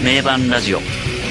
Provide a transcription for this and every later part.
名盤ラジオ。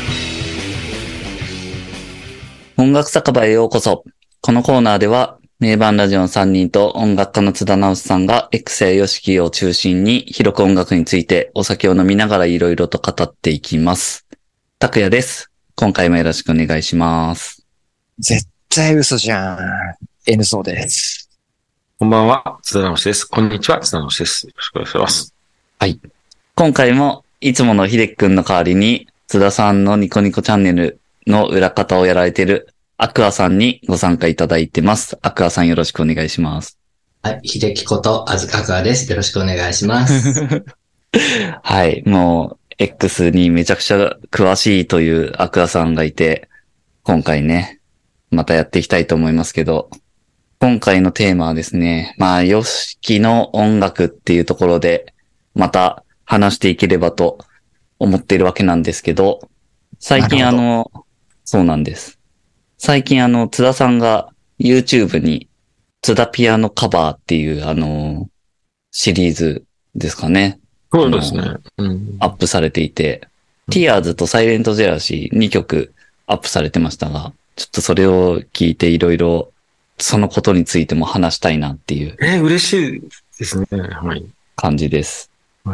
音楽酒場へようこそ。このコーナーでは名盤ラジオの3人と音楽家の津田直さんが X や YOSHIKI を中心に広く音楽についてお酒を飲みながらいろいろと語っていきます。拓也です。今回もよろしくお願いします。 絶対嘘じゃん。N そうです。 こんばんは、津田直です。こんにちは、津田直です。よろしくお願いします。 はい。今回もいつもの秀樹くんの代わりに津田さんのニコニコチャンネルの裏方をやられているアクアさんにご参加いただいてます。アクアさんよろしくお願いします。 はい、秀樹ことアクアです。よろしくお願いします。 はい、もう X にめちゃくちゃ詳しいというアクアさんがいて、今回ね、またやっていきたいと思いますけど、今回のテーマはですね、YOSHIKIの音楽っていうところで、また話していければと思っているわけなんですけど、最近そうなんです。最近津田さんが YouTube に津田ピアノカバーっていうシリーズですかね。 そうですね。 アップされていて、Tears と Silent Jealousy 2曲アップされてましたが、ちょっとそれを聞いていろいろそのことについても話したいなっていう。 嬉しいですね。はい。 感じです。 はい。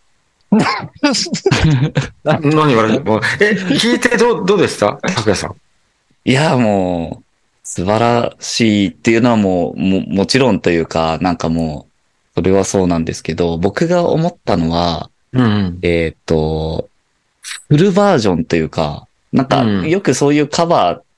何言われる聞いてどうでした拓也さん。 いや、もう、素晴らしいっていうのはもちろんというか、なんかもう、それはそうなんですけど、僕が思ったのは、フルバージョンというか、なんか、よくそういうカバーって、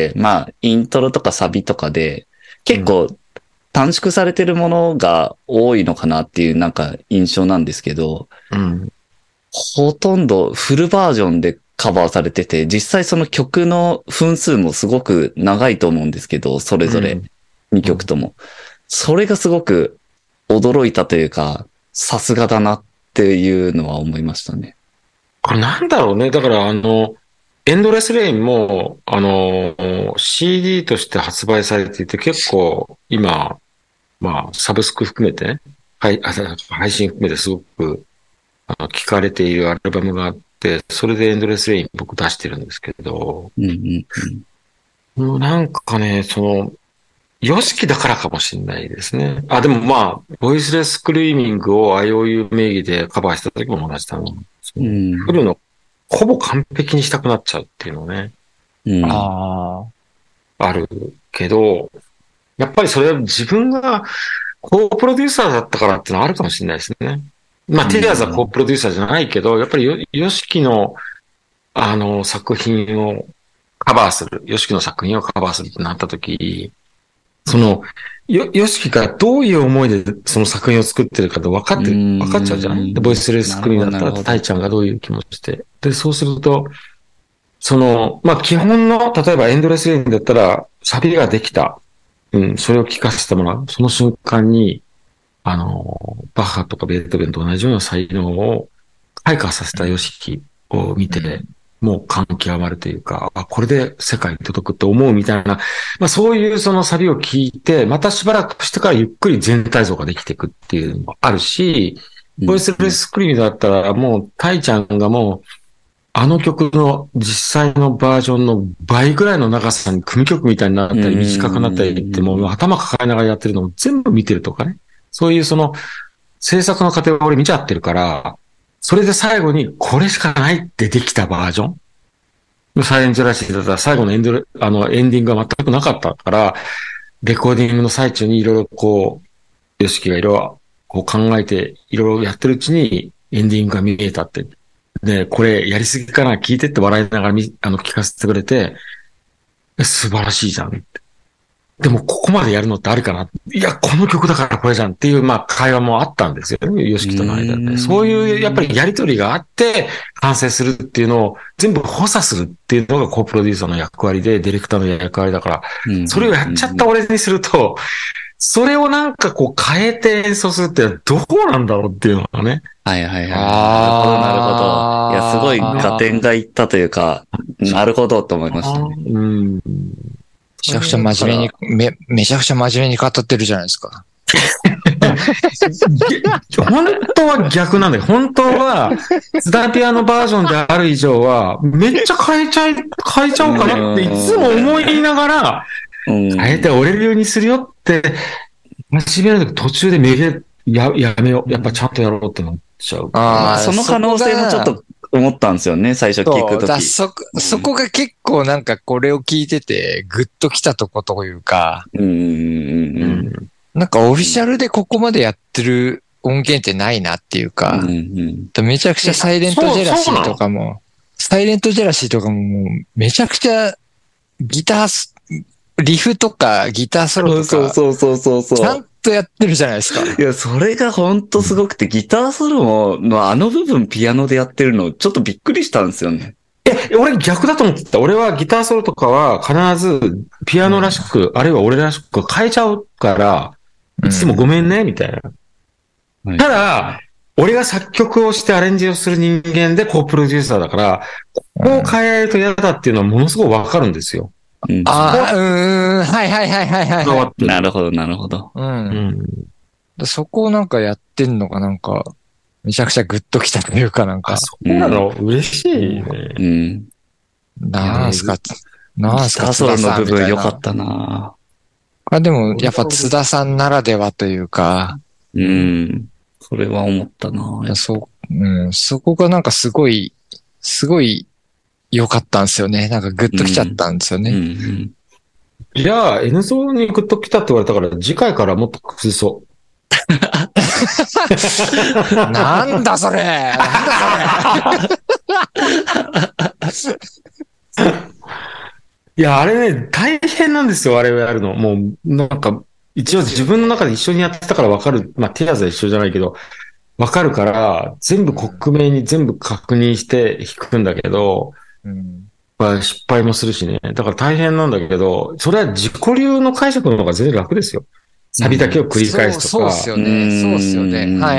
イントロとかサビとかで、結構短縮されてるものが多いのかなっていうなんか印象なんですけど、ほとんどフルバージョンでカバーされてて、実際その曲の分数もすごく長いと思うんですけど、それぞれ2曲とも。それがすごく驚いたというか、さすがだなっていうのは思いましたね。 これなんだろうね。だからエンドレスレインも、CD として発売されていて結構今、サブスク含めてね、配信含めてすごく聞かれているアルバムがあって、それでエンドレスレイン僕出してるんですけど、もうなんかね、YOSHIKIだからかもしれないですね。でもボイスレスクリーミングを IOU 名義でカバーした時も同じだな。フルのほぼ完璧にしたくなっちゃうっていうのね。あるけど、やっぱりそれは自分がコープロデューサーだったからっていうのはあるかもしれないですね。テレアーズはコープロデューサーじゃないけど、やっぱりYOSHIKIの作品をカバーする、YOSHIKIの作品をカバーするってなった時、YOSHIKIがどういう思いでその作品を作ってるかって分かっちゃうじゃない。ボイスレスクリーンだったら、タイちゃんがどういう気持ちで。で、そうすると、基本の、例えばエンドレスレインだったら、サビができた。それを聞かせてもらう。その瞬間に、バッハとかベートーベンと同じような才能を開花させたYOSHIKIを見て、もう感極まるというか、これで世界に届くって思うみたいな、そういうそのサビを聞いて、またしばらくしてからゆっくり全体像ができていくっていうのもあるし、ボイスレスクリームだったらもうタイちゃんがもう、あの曲の実際のバージョンの倍ぐらいの長さに組曲みたいになったり短くなったりってもう頭抱えながらやってるのを全部見てるとかね。そういう制作の過程を俺見ちゃってるから、それで最後にこれしかないってできたバージョンサイレントジェラシーだったら最後のエンディングが全くなかったから、レコーディングの最中にいろいろYOSHIKIがいろいろ考えていろいろやってるうちにエンディングが見えたって。で、これやりすぎかな聞いてって笑いながら聞かせてくれて、素晴らしいじゃんって。でもここまでやるのってあるかな。いや、この曲だからこれじゃんっていう会話もあったんですよね。YOSHIKIとの間で。そういうやっぱりやりとりがあって完成するっていうのを全部補佐するっていうのがコープロデューサーの役割でディレクターの役割だから、それをやっちゃった俺にすると、それをなんか変えて演奏するってどうなんだろうっていうのがね。 はい。なるほど。いや、すごい合点がいったというか、なるほどと思いましたね。 めちゃくちゃ真面目に、めちゃくちゃ真面目に語ってるじゃないですか。 本当は逆なんだよ。本当は、津田ピアノバージョンである以上は、めっちゃ変えちゃおうかなっていつも思いながら、変えて俺流にするよって、始めるとき途中でやめよう。やっぱちゃんとやろうってなっちゃう。 その可能性もちょっと思ったんですよね、最初聞くとき。 そこが結構なんかこれを聞いてて、グッときたとこというか、なんかオフィシャルでここまでやってる音源ってないなっていうか、めちゃくちゃサイレントジェラシーとかも、めちゃくちゃギター、リフとかギターソロとか、ちゃんとやってるじゃないですか。 いや、それがほんとすごくて、ギターソロのあの部分ピアノでやってるの、ちょっとびっくりしたんですよね。 俺逆だと思ってた。俺はギターソロとかは必ずピアノらしく、あるいは俺らしく変えちゃうから、いつもごめんね、みたいな。ただ、俺が作曲をしてアレンジをする人間でコープロデューサーだから、ここを変えられると嫌だっていうのはものすごくわかるんですよ。 はい。 なるほど。 そこをなんかやってんのがなんか、めちゃくちゃグッときたというかなんか。 そうなの嬉しいね。 なんすか。 ギターソロの部分良かったな。 でも、やっぱ津田さんならではというか。 それは思ったな。 そこがなんかすごい良かったんですよね。なんかグッときちゃったんですよね。 じゃあ、N ゾーにグッときたって言われたから、次回からもっと崩そう。 なんだそれいや、あれね、大変なんですよ、あれをやるの。もう、なんか、一応自分の中で一緒にやってたからわかる。まあ、ティアーズは一緒じゃないけど、わかるから、全部克明に全部確認して弾くんだけど、失敗もするしね。だから大変なんだけど、それは自己流の解釈の方が全然楽ですよ。サビだけを繰り返すとか。 そうっすよね。はい。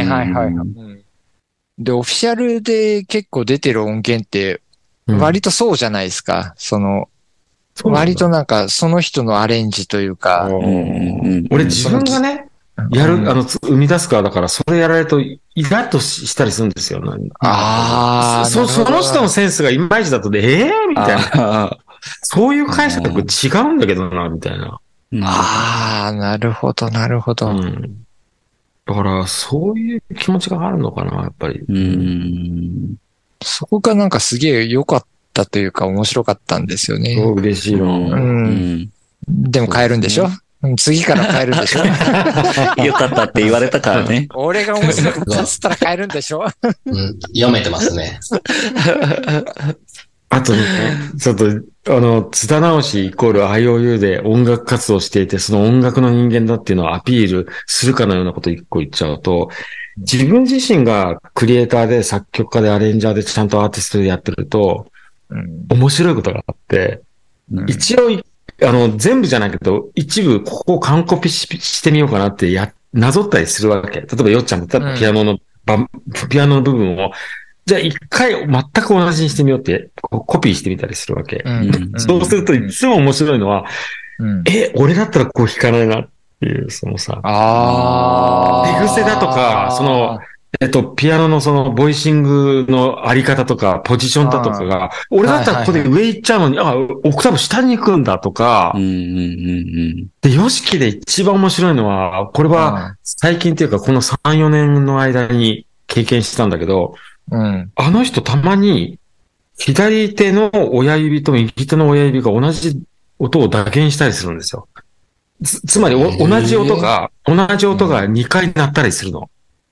で、オフィシャルで結構出てる音源って、割とそうじゃないですか。割となんか、その人のアレンジというか。 俺自分がね、生み出す側だから、それやられると、イラッとしたりするんですよ。その人のセンスがいまいちだとで、みたいな。そういう解釈違うんだけどな、みたいな。 なるほど。だから、そういう気持ちがあるのかな、やっぱり。 そこがなんかすげえ良かったというか面白かったんですよね。 嬉しいの。 でも変えるんでしょ？次から変えるんでしょ？ よかったって言われたからね。 俺が面白かったっつったら変えるんでしょ？ 読めてますね。 あとね、ちょっと、津田直しイコール IOU で音楽活動していて、その音楽の人間だっていうのをアピールするかのようなことを一個言っちゃうと、自分自身がクリエイターで作曲家でアレンジャーでちゃんとアーティストでやってると、面白いことがあって、一応、全部じゃないけど、一部ここを完コピしてみようかなってなぞったりするわけ。例えばよっちゃんだったらピアノの部分を、じゃあ一回全く同じにしてみようってコピーしてみたりするわけ。そうするといつも面白いのは、俺だったらこう弾かないなっていう、そのさ、手癖だとか、ピアノのそのボイシングのあり方とか、ポジションだとかが、俺だったらここで上行っちゃうのに、オクターブ下に行くんだとか、で、ヨシキで一番面白いのは、これは最近っていうかこの3、4年の間に経験したんだけど、あの人たまに左手の親指と右手の親指が同じ音を打鍵したりするんですよ。つまり同じ音が2回鳴ったりするの。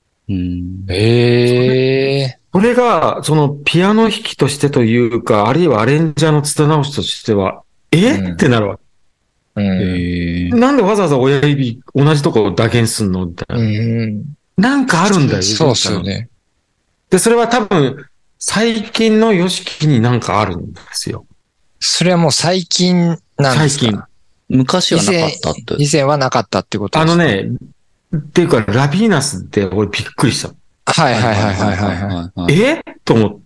それが、そのピアノ弾きとしてというか、あるいはアレンジャーの津田直しとしては、ってなるわけ。なんでわざわざ親指同じとこを打鍵すんのみたいな。なんかあるんだよ。 そうっすよね。 で、それは多分、最近のヨシキになんかあるんですよ。 それはもう最近なんですか？ 最近。 昔はなかったって。 以前はなかったってことですか？ っていうか、ラビーナスって俺びっくりした。と思って。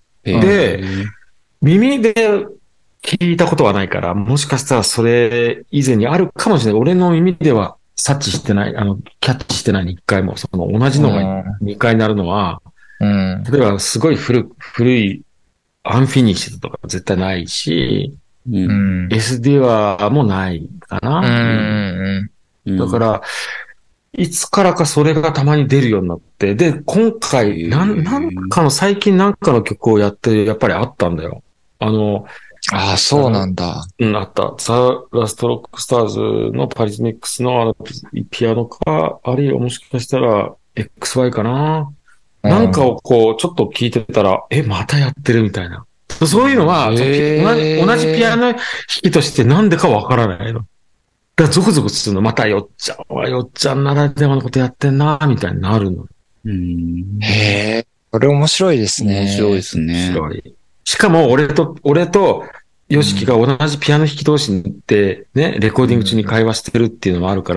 で、耳で聞いたことはないから、もしかしたらそれ以前にあるかもしれない。俺の耳では察知してない、キャッチしてないに1回も、その同じのが2回なるのは、例えばすごい古いアンフィニッシュとか絶対ないし、SD はもうないかな。だから、いつからかそれがたまに出るようになって、で、今回、最近なんかの曲をやって、やっぱりあったんだよ。 そうなんだ。 あった。ザ・ラストロックスターズのパリズミックスのピアノか、あるいはもしかしたら XY かな。なんかをこう、ちょっと聞いてたら、またやってるみたいな。そういうのは、同じピアノ弾きとしてなんでかわからないの。だからゾクゾクするの。またよっちゃんはよっちゃんならではのことやってんな、みたいになるの。 へー。これ面白いですね。 面白いですね。 面白い。しかも、俺と、ヨシキが同じピアノ弾き同士でね、レコーディング中に会話してるっていうのもあるから、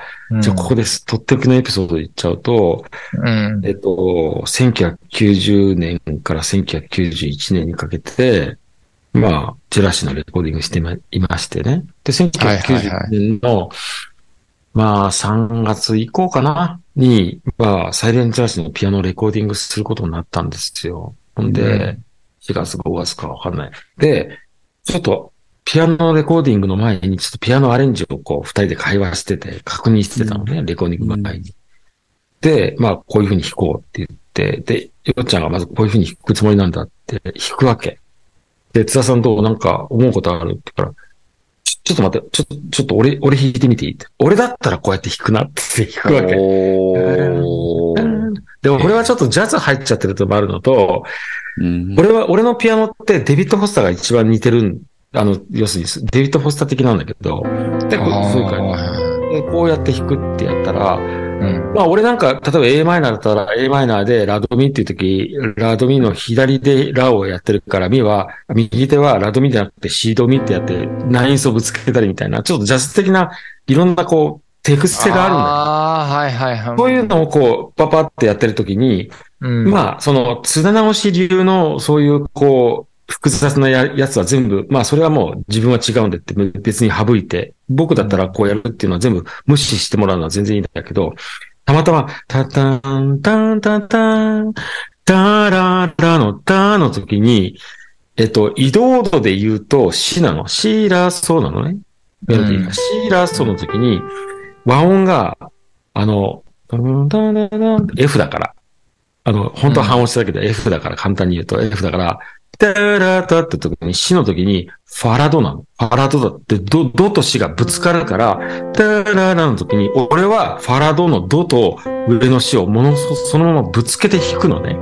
じゃあここです。とっておきのエピソード言っちゃうと、1990年から1991年にかけて、まあ、ジェラシーのレコーディングしていましてね。で、1990年の、まあ、3月以降かなに、まあ、サイレンジェラシーのピアノをレコーディングすることになったんですよ。ほんで、4月5月かわかんない。で、ちょっと、ピアノレコーディングの前に、ちょっとピアノアレンジをこう、二人で会話してて、確認してたのね、レコーディング前に。で、まあ、こういう風に弾こうって言って、で、よっちゃんがまずこういう風に弾くつもりなんだって弾くわけ。で、津田さんとなんか思うことあるって言ったら、ちょっと待って、ちょっと俺弾いてみていいって。俺だったらこうやって弾くなって弾くわけ。でも俺はちょっとジャズ入っちゃってるともあるのと、俺のピアノってデビッド・フォスターが一番似てる要するにデビッド・フォスター的なんだけど、で、そういう感じで、こうやって弾くってやったら、まあ俺なんか、例えば A マイナーだったら A マイナーでラドミっていう時、ラドミの左でラをやってるから、右手はラドミじゃなくてシードミってやって、ナインスをぶつけたりみたいな、ちょっとジャズ的ないろんなこう、手癖があるんだよ。そういうのをこう、パパってやってる時に、まあ、その、津田直し流の、そういう、こう、複雑なやつは全部、まあ、それはもう自分は違うんでって別に省いて、僕だったらこうやるっていうのは全部無視してもらうのは全然いいんだけど、たまたま、タタン、タン、タタン、タララのタの時に、移動度で言うと、シなの。シーラーソなのね。メロディーが。シーラーソの時に、和音が、F だから。本当は半音してたけど、F だから、簡単に言うと F だから、タラタって時に、シの時に、ファラドなの。ファラドだって、ドとシがぶつかるから、タララの時に、俺はファラドのドと上のシをそのままぶつけて弾くのね。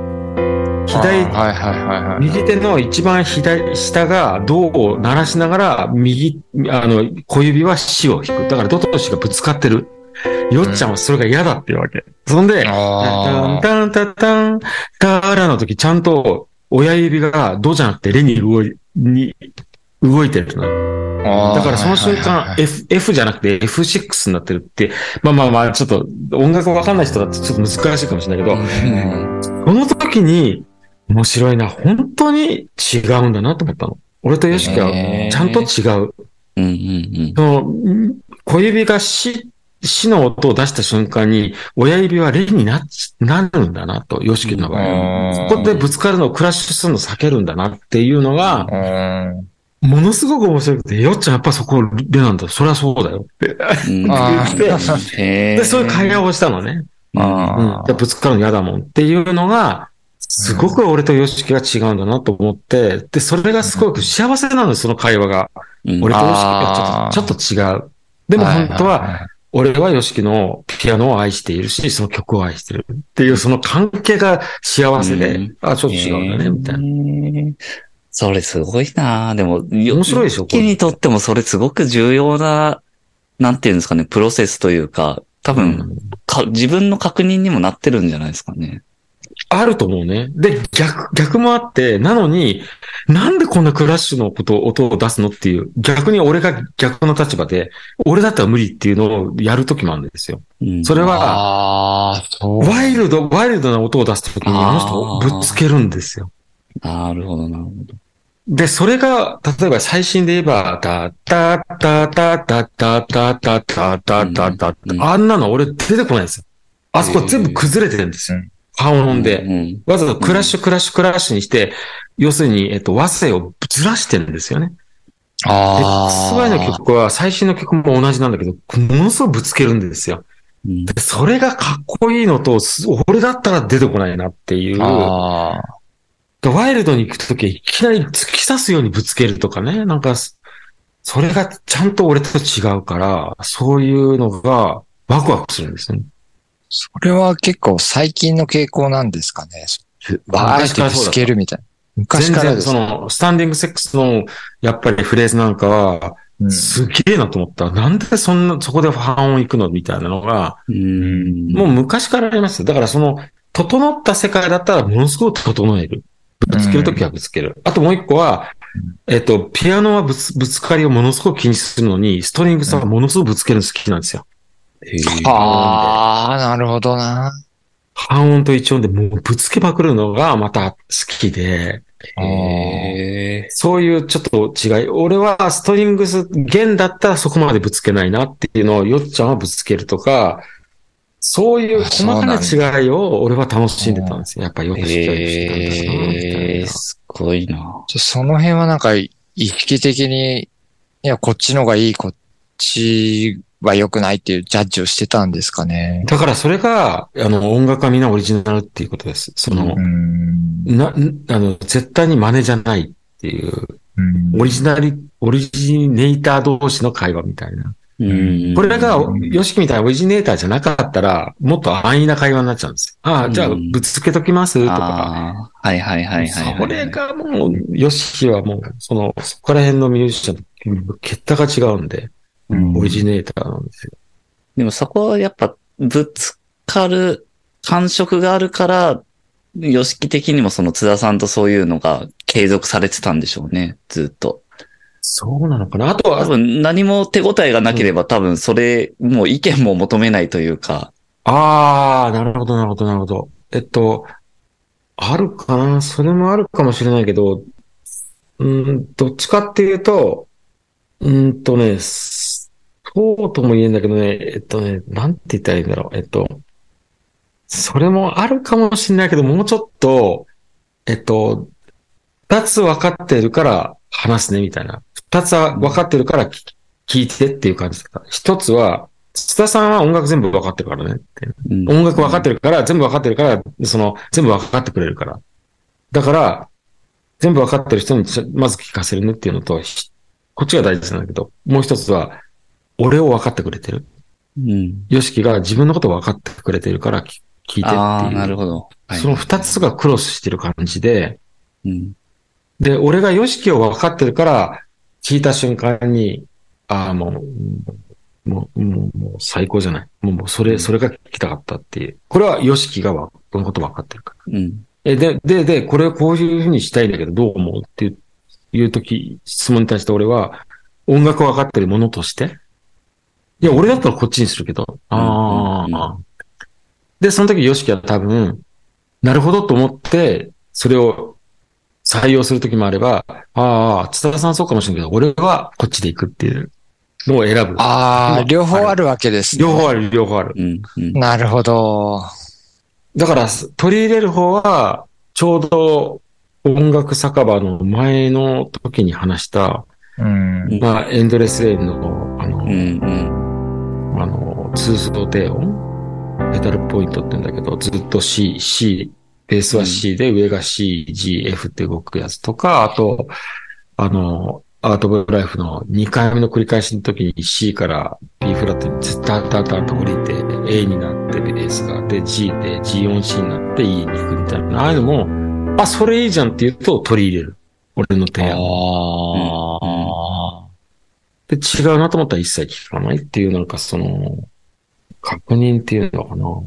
右手の一番下がドを鳴らしながら、小指はシを弾く。だからドとシがぶつかってる。よっちゃんはそれが嫌だっていうわけ。そんで、タンタンタタン、タラの時ちゃんと親指がドじゃなくてレに動いてるの。だからその瞬間、F じゃなくて F6 になってるって、まあ、ちょっと音楽わかんない人だとちょっと難しいかもしれないけど、その時に面白いな、本当に違うんだなと思ったの。俺とヨシキはちゃんと違う。その小指が死の音を出した瞬間に、親指はレになるんだなと、ヨシキの場合。そこでぶつかるのをクラッシュするのを避けるんだなっていうのが、ものすごく面白くて、よっちゃんやっぱそこレなんだ。そりゃそうだよって言って、で、そういう会話をしたのね。ぶつかるの嫌だもんっていうのが、すごく俺とヨシキが違うんだなと思って、で、それがすごく幸せなのよ、その会話が。俺とヨシキがちょっと違う。でも本当は、俺はヨシキのピアノを愛しているし、その曲を愛してるっていう、その関係が幸せで、ちょっと違うんだね、みたいな。 それすごいな。でも、 面白いでしょ。 ヨシキにとってもそれすごく重要な、なんていうんですかね、プロセスというか、多分、自分の確認にもなってるんじゃないですかね。 あると思うね。で、逆もあって、なのに、なんでこんなクラッシュの音を出すのっていう、逆に俺が逆の立場で、俺だったら無理っていうのをやるときもあるんですよ。それは、ワイルドな音を出すときに、あの人をぶつけるんですよ。 なるほど、なるほど。 で、それが、例えば最新で言えば、タタタタタタタタタタタタあんなの俺出てこないんですよ。あそこ全部崩れてるんですよ。半音で。わざわざクラッシュクラッシュクラッシュにして、要するに、和声をずらしてるんですよね。XY の曲は最新の曲も同じなんだけど、ものすごくぶつけるんですよ。でそれがかっこいいのと、俺だったら出てこないなっていう。ワイルドに行くときいきなり突き刺すようにぶつけるとかね。なんか、それがちゃんと俺と違うから、そういうのがワクワクするんですね。 それは結構最近の傾向なんですかね。あえてぶつけるみたいな。昔からです。 全然スタンディングセックスの、やっぱりフレーズなんかは、すげえなと思った。なんでそこで半音行くのみたいなのが、もう昔からありますよ。だから整った世界だったらものすごく整える。ぶつけるときはぶつける。あともう一個は、ピアノはぶつかりをものすごく気にするのに、ストリングスはものすごくぶつけるの好きなんですよ。 なるほどな。 半音と一音でもうぶつけまくるのがまた好きで、そういうちょっと違い。俺はストリングス弦だったらそこまでぶつけないなっていうのをよっちゃんはぶつけるとか、そういう細かな違いを俺は楽しんでたんですよ。やっぱよく知ったりしてたんですな。 すごいな。 その辺はなんか意識的に、いや、こっちのがいい、こっちは良くないっていうジャッジをしてたんですかね。 だからそれが、音楽はみんなオリジナルっていうことです。絶対に真似じゃないっていう、オリジネーター同士の会話みたいな。これが、ヨシキみたいなオリジネーターじゃなかったら、もっと安易な会話になっちゃうんですよ。じゃあ、ぶつけときますとか。 はいはいはいはい。 それがもう、ヨシキはもう、そこら辺のミュージシャンと、桁が違うんで、オリジネーターなんですよ。 でもそこはやっぱ、ぶつかる感触があるから、ヨシキ的にも津田さんとそういうのが継続されてたんでしょうね、ずっと。 そうなのかな。あとは。 多分何も手応えがなければ多分それ、もう意見も求めないというか。 なるほどなるほどなるほど。あるかな。それもあるかもしれないけど、どっちかっていうと、そうとも言えんだけどね、なんて言ったらいいんだろう。それもあるかもしれないけど、もうちょっと、二つ分かってるから話すね、みたいな。二つは分かってるから聞いてっていう感じだった。一つは、津田さんは音楽全部分かってるからねって。音楽分かってるから、全部分かってるから、全部分かってくれるから。だから、全部分かってる人にまず聞かせるねっていうのと、こっちが大事なんだけど、もう一つは、俺を分かってくれてる。ヨシキが自分のことを分かってくれてるから聞いてっていう。 なるほど。 その二つがクロスしてる感じで、で、俺がヨシキを分かってるから、聞いた瞬間に、もう最高じゃない。もうそれが聞きたかったっていう。これはヨシキがこのこと分かってるから。で、これをこういうふうにしたいんだけど、どう思うっていう質問に対して俺は、音楽を分かってるものとして、いや、俺だったらこっちにするけど、で、その時ヨシキは多分、なるほどと思って、それを採用するときもあれば、津田さんそうかもしれないけど、俺はこっちで行くっていうのを選ぶ。 両方あるわけですね。 両方ある。 なるほど。 だから、取り入れる方は、ちょうど音楽酒場の前の時に話した、エンドレスレーンの、ツースト低音ペダルポイントって言うんだけど、ずっと C、ベースは C で、上が C、G、F って動くやつとか、あと、アート・オブ・ライフの2回目の繰り返しの時に C から B フラットにずっとタタタと降りて A になってベースが、で G で G 音 C になって E に行くみたいな、ああいうのも、それいいじゃんって言うと取り入れる。俺の提案。で、違うなと思ったら一切聞かないっていう、確認っていうのかな。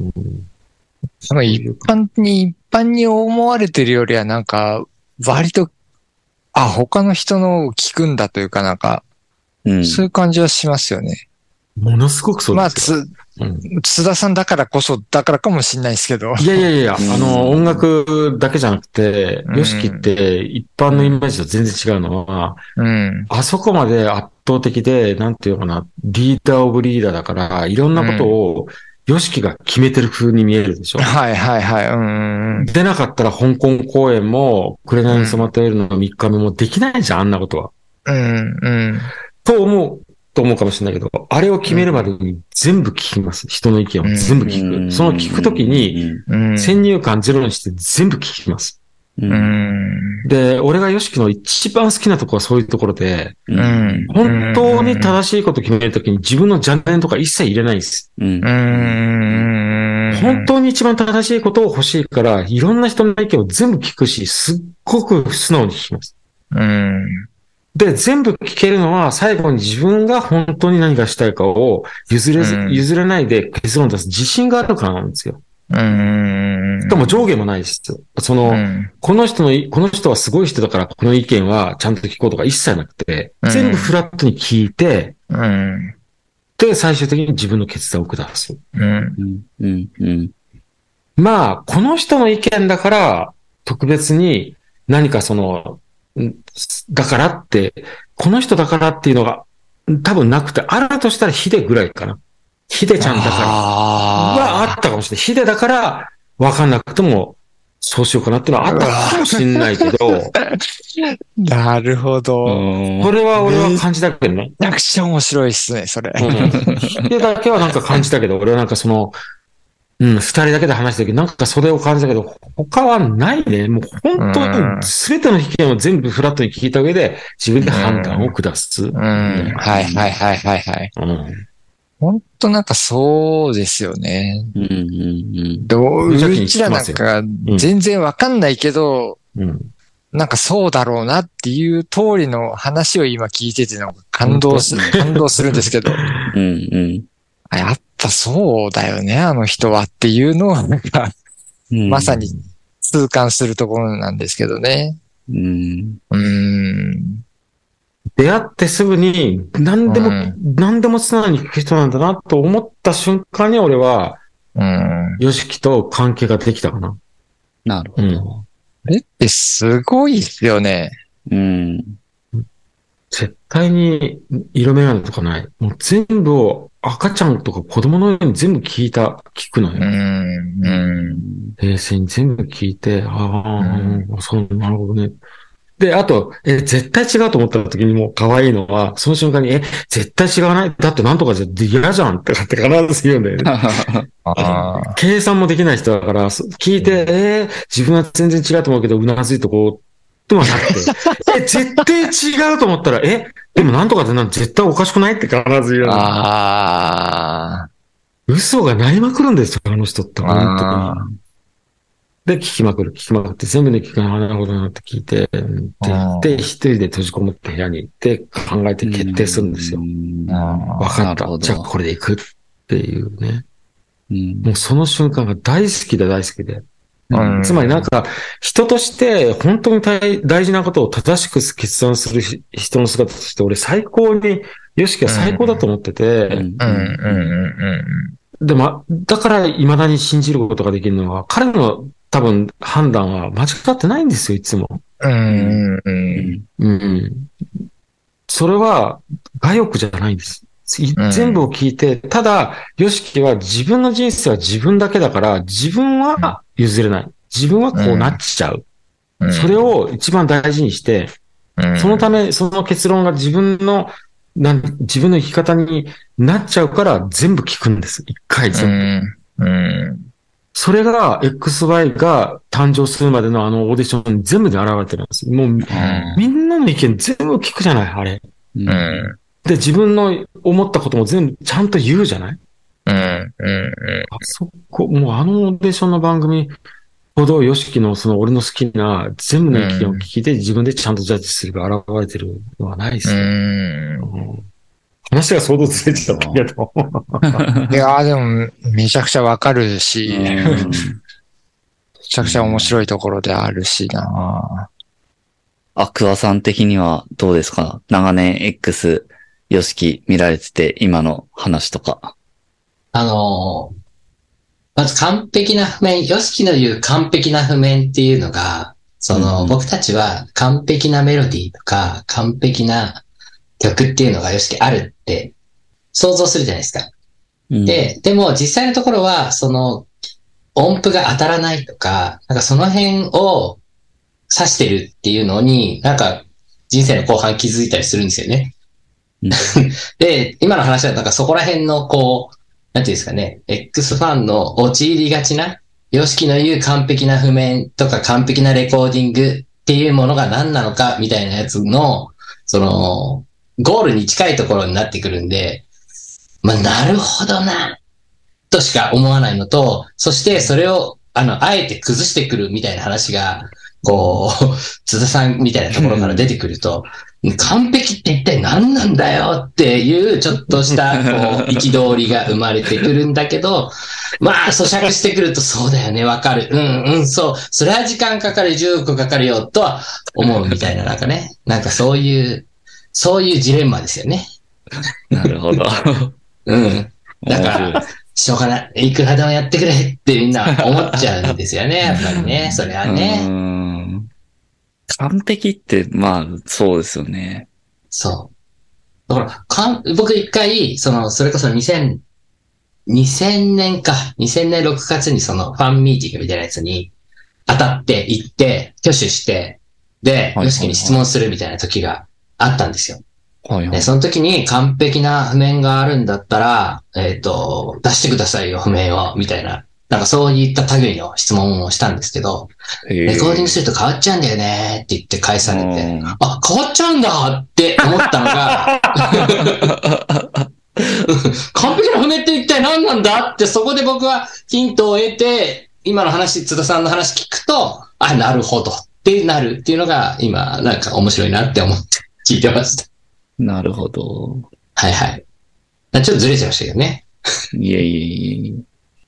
一般に思われてるよりはなんか、割と、他の人のを聞くんだというかなんか、そういう感じはしますよね。 ものすごくそうですよ。 津田さんだからこそ、だからかもしれないですけど。 いやいやいや、音楽だけじゃなくて、ヨシキって一般のイメージと全然違うのは、あそこまで圧倒的で、なんていうのかな、リーダーオブリーダーだから、いろんなことを、ヨシキが決めてる風に見えるでしょ。 はいはいはい。 出なかったら香港公演も、紅に染まった夜の3日目もできないじゃん、あんなことは。と思うかもしれないけど、あれを決めるまでに全部聞きます。人の意見を全部聞く。その聞くときに、先入観ゼロにして全部聞きます。で、俺がヨシキの一番好きなところはそういうところで、本当に正しいことを決めるときに自分の邪念とか一切入れないんです。本当に一番正しいことを欲しいから、いろんな人の意見を全部聞くし、すっごく素直に聞きます。で、全部聞けるのは最後に自分が本当に何がしたいかを譲れないで結論出す自信があるからなんですよ。しかも上下もないです。この人はすごい人だからこの意見はちゃんと聞こうとか一切なくて、全部フラットに聞いて、で、最終的に自分の決断を下す。まあ、この人の意見だから特別に何かだからって、この人だからっていうのが多分なくて、あるとしたらヒデぐらいかな。ヒデちゃんだからはあったかもしれない。ヒデだから分かんなくてもそうしようかなっていうのはあったかもしれないけど。 なるほど。 それは俺は感じたけどね。 めちゃくちゃ面白いっすね、それ。 ヒデだけはなんか感じたけど、俺はなんか二人だけで話した時なんかそれを感じたけど、他はないね。もう本当に全ての意見を全部フラットに聞いた上で自分で判断を下す。 はいはいはいはいはい。本当なんかそうですよね。うちらなんか全然わかんないけど、なんかそうだろうなっていう通りの話を今聞いてて感動するんですけど。やっぱそうだよね、あの人はっていうのをなんか、まさに痛感するところなんですけどね。 出会ってすぐに何でも素直に聞く人なんだなと思った瞬間に俺は、ヨシキと関係ができたかな。 なるほど。 これってすごいっすよね。 絶対に色眼鏡とかない。もう全部を赤ちゃんとか子供のように全部聞くのよ。冷静に全部聞いて、そうなるほどね。で、あと、絶対違うと思った時にもう可愛いのは、その瞬間に、絶対違わない。だってなんとかじゃ嫌じゃんって必ず言うんだよね。計算もできない人だから、聞いて、自分は全然違うと思うけど、うなずいとこう、とはなくて、絶対違うと思ったら、でもなんとかって絶対おかしくないって必ず言う。嘘が鳴りまくるんですよ、あの人って、本当に。で、聞きまくって、全部で聞くのなるほどなって聞いて、で、一人で閉じこもって部屋に行って考えて決定するんですよ。わかった。じゃあこれで行くっていうね。もうその瞬間が大好きで。つまりなんか、人として本当に大事なことを正しく決断する人の姿として、俺最高に、ヨシキは最高だと思ってて、でも、だから未だに信じることができるのは、彼の多分判断は間違ってないんですよ、いつも。それは、我欲じゃないんです。全部を聞いて、ただ、ヨシキは自分の人生は自分だけだから、自分は譲れない。自分はこうなっちゃう。それを一番大事にして、そのため、その結論が自分の生き方になっちゃうから全部聞くんです。一回全部。それが XY が誕生するまでのあのオーディションに全部で現れてるんです。もう、みんなの意見全部聞くじゃない、あれ。で、自分の思ったことも全部ちゃんと言うじゃない。もうあのオーディションの番組ほど、ヨシキの俺の好きな全部の意見を聞いて自分でちゃんとジャッジするが現れてるのはないですよ。話が想像ついてたけど。 いやーでも、めちゃくちゃわかるし、めちゃくちゃ面白いところであるしな。 アクアさん的にはどうですか？長年 X、ヨシキ見られてて、今の話とか。 まず完璧な譜面、ヨシキの言う完璧な譜面っていうのが、僕たちは完璧なメロディーとか、完璧な曲っていうのがヨシキあるって想像するじゃないですか。でも実際のところは、音符が当たらないとか、なんかその辺を指してるっていうのに、なんか人生の後半気づいたりするんですよね。で、今の話はなんかそこら辺のなんていうんですかね、X ファンの陥りがちな、ヨシキの言う完璧な譜面とか完璧なレコーディングっていうものが何なのかみたいなやつの、ゴールに近いところになってくるんで、まあ、なるほどな、としか思わないのと、そしてそれを、あえて崩してくるみたいな話が、津田さんみたいなところから出てくると、完璧って一体何なんだよっていうちょっとした憤りが生まれてくるんだけど、まあ咀嚼してくるとそうだよね、わかる。そう。それは時間かかる、10億かかるよとは思うみたいななんかね。なんかそういうジレンマですよね。 なるほど。 だから、しょうがない。いくらでもやってくれってみんな思っちゃうんですよね、やっぱりね。それはね。 完璧って、まあ、そうですよね。 そう。だから、僕一回、それこそ2000年か、2000年6月にファンミーティングみたいなやつに当たって行って、挙手して、で、ヨシキに質問するみたいな時があったんですよ。で、その時に完璧な譜面があるんだったら、出してくださいよ、譜面を、みたいな。なんかそういった類の質問をしたんですけど、レコーディングすると変わっちゃうんだよねって言って返されて、あ、変わっちゃうんだって思ったのが、完璧な譜面って一体何なんだってそこで僕はヒントを得て、今の話、津田さんの話聞くと、あ、なるほどってなるっていうのが今、なんか面白いなって思って聞いてました。 なるほど。 はいはい。ちょっとずれちゃいましたけどね。 いえ。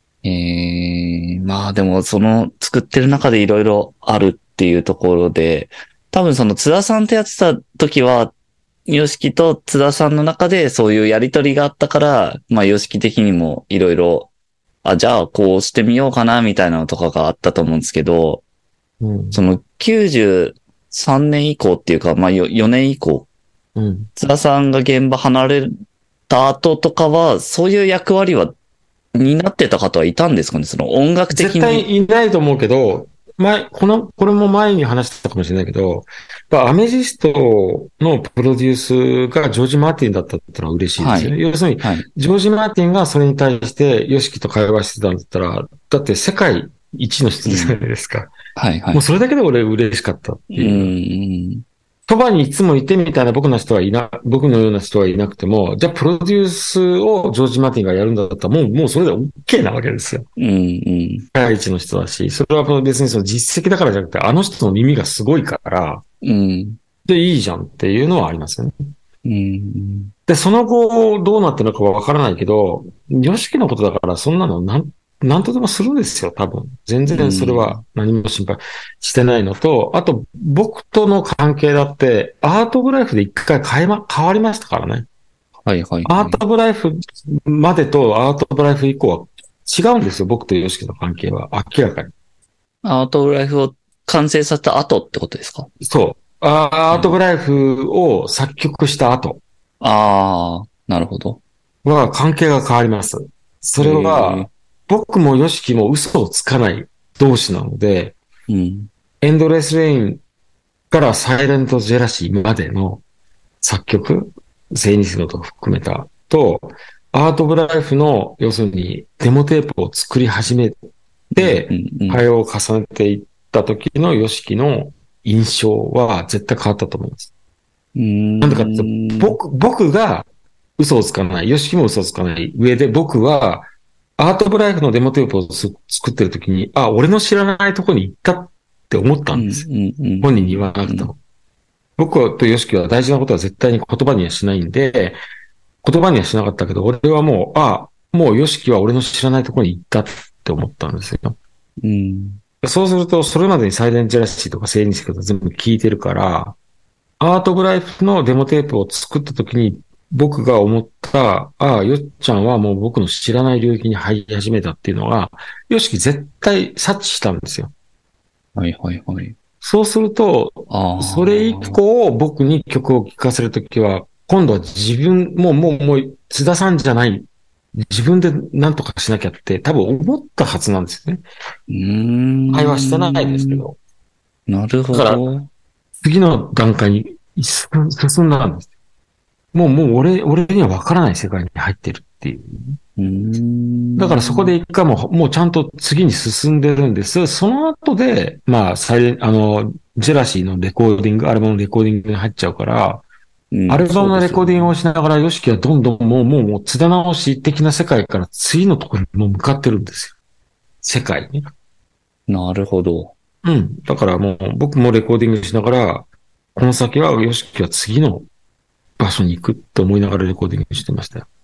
まあでも作ってる中でいろいろあるっていうところで、多分津田さんとやってた時は、ヨシキと津田さんの中でそういうやりとりがあったから、まあヨシキ的にもいろいろ、じゃあこうしてみようかなみたいなのとかがあったと思うんですけど、93年以降っていうか、まあ4年以降、津田さんが現場離れた後とかは、そういう役割は担ってた方はいたんですかね、音楽的に。 絶対いないと思うけど、これも前に話してたかもしれないけど、アメジストのプロデュースがジョージ・マーティンだったってのは嬉しいですよね。要するに、ジョージ・マーティンがそれに対して、ヨシキと会話してたんだったら、だって世界一の人じゃないですか。もうそれだけで俺嬉しかったっていう。そばにいつもいてみたいな僕のような人はいなくても、じゃあプロデュースをジョージ・マーティンがやるんだったらもうそれで OK なわけですよ。世界一の人だし、それは別に実績だからじゃなくて、あの人の耳がすごいから、でいいじゃんっていうのはありますよね。で、その後どうなってるのかはわからないけど、ヨシキのことだからそんなのなんとでもするんですよ、多分。全然それは何も心配してないのと、あと僕との関係だって、アートオブライフで一回変わりましたからね。アートオブライフまでとアートオブライフ以降は違うんですよ、僕とヨシキの関係は。明らかに。 アートオブライフを完成させた後ってことですか？ そう。アートオブライフを作曲した後。 なるほど。 は関係が変わります。それは、僕もヨシキも嘘をつかない同士なので、エンドレスレインからサイレントジェラシーまでの作曲、セイニスノと含めたと、アートオブライフの、要するにデモテープを作り始めて、会話を重ねていった時のヨシキの印象は絶対変わったと思います。なんでかって僕が嘘をつかない、ヨシキも嘘をつかない上で僕は、アートオブライフのデモテープを作ってるときに、俺の知らないところに行ったって思ったんですよ。本人に言わなくても。僕とヨシキは大事なことは絶対に言葉にはしないんで、言葉にはしなかったけど、俺はもうヨシキは俺の知らないところに行ったって思ったんですよ。そうすると、それまでにサイレンジェラシーとかセイニスとか全部聞いてるから、アートオブライフのデモテープを作ったときに、 僕が思った、よっちゃんはもう僕の知らない領域に入り始めたっていうのが、よしき絶対察知したんですよ。 はいはいはい。 そうすると、それ以降僕に曲を聴かせるときは、今度は自分、もう、津田さんじゃない、自分で何とかしなきゃって多分思ったはずなんですよね。会話してないですけど。 なるほど。 だから、次の段階に進んだんです。もう俺には分からない世界に入ってるっていう。だからそこで一回もうちゃんと次に進んでるんです。その後で、ジェラシーのレコーディング、アルバムのレコーディングに入っちゃうから、アルバムのレコーディングをしながら、ヨシキはどんどんもう津田直し的な世界から次のところにもう向かってるんですよ。世界に。 なるほど。 だからもう僕もレコーディングしながら、この先はヨシキは次の場所に行くって思いながらレコーディングしてましたよ。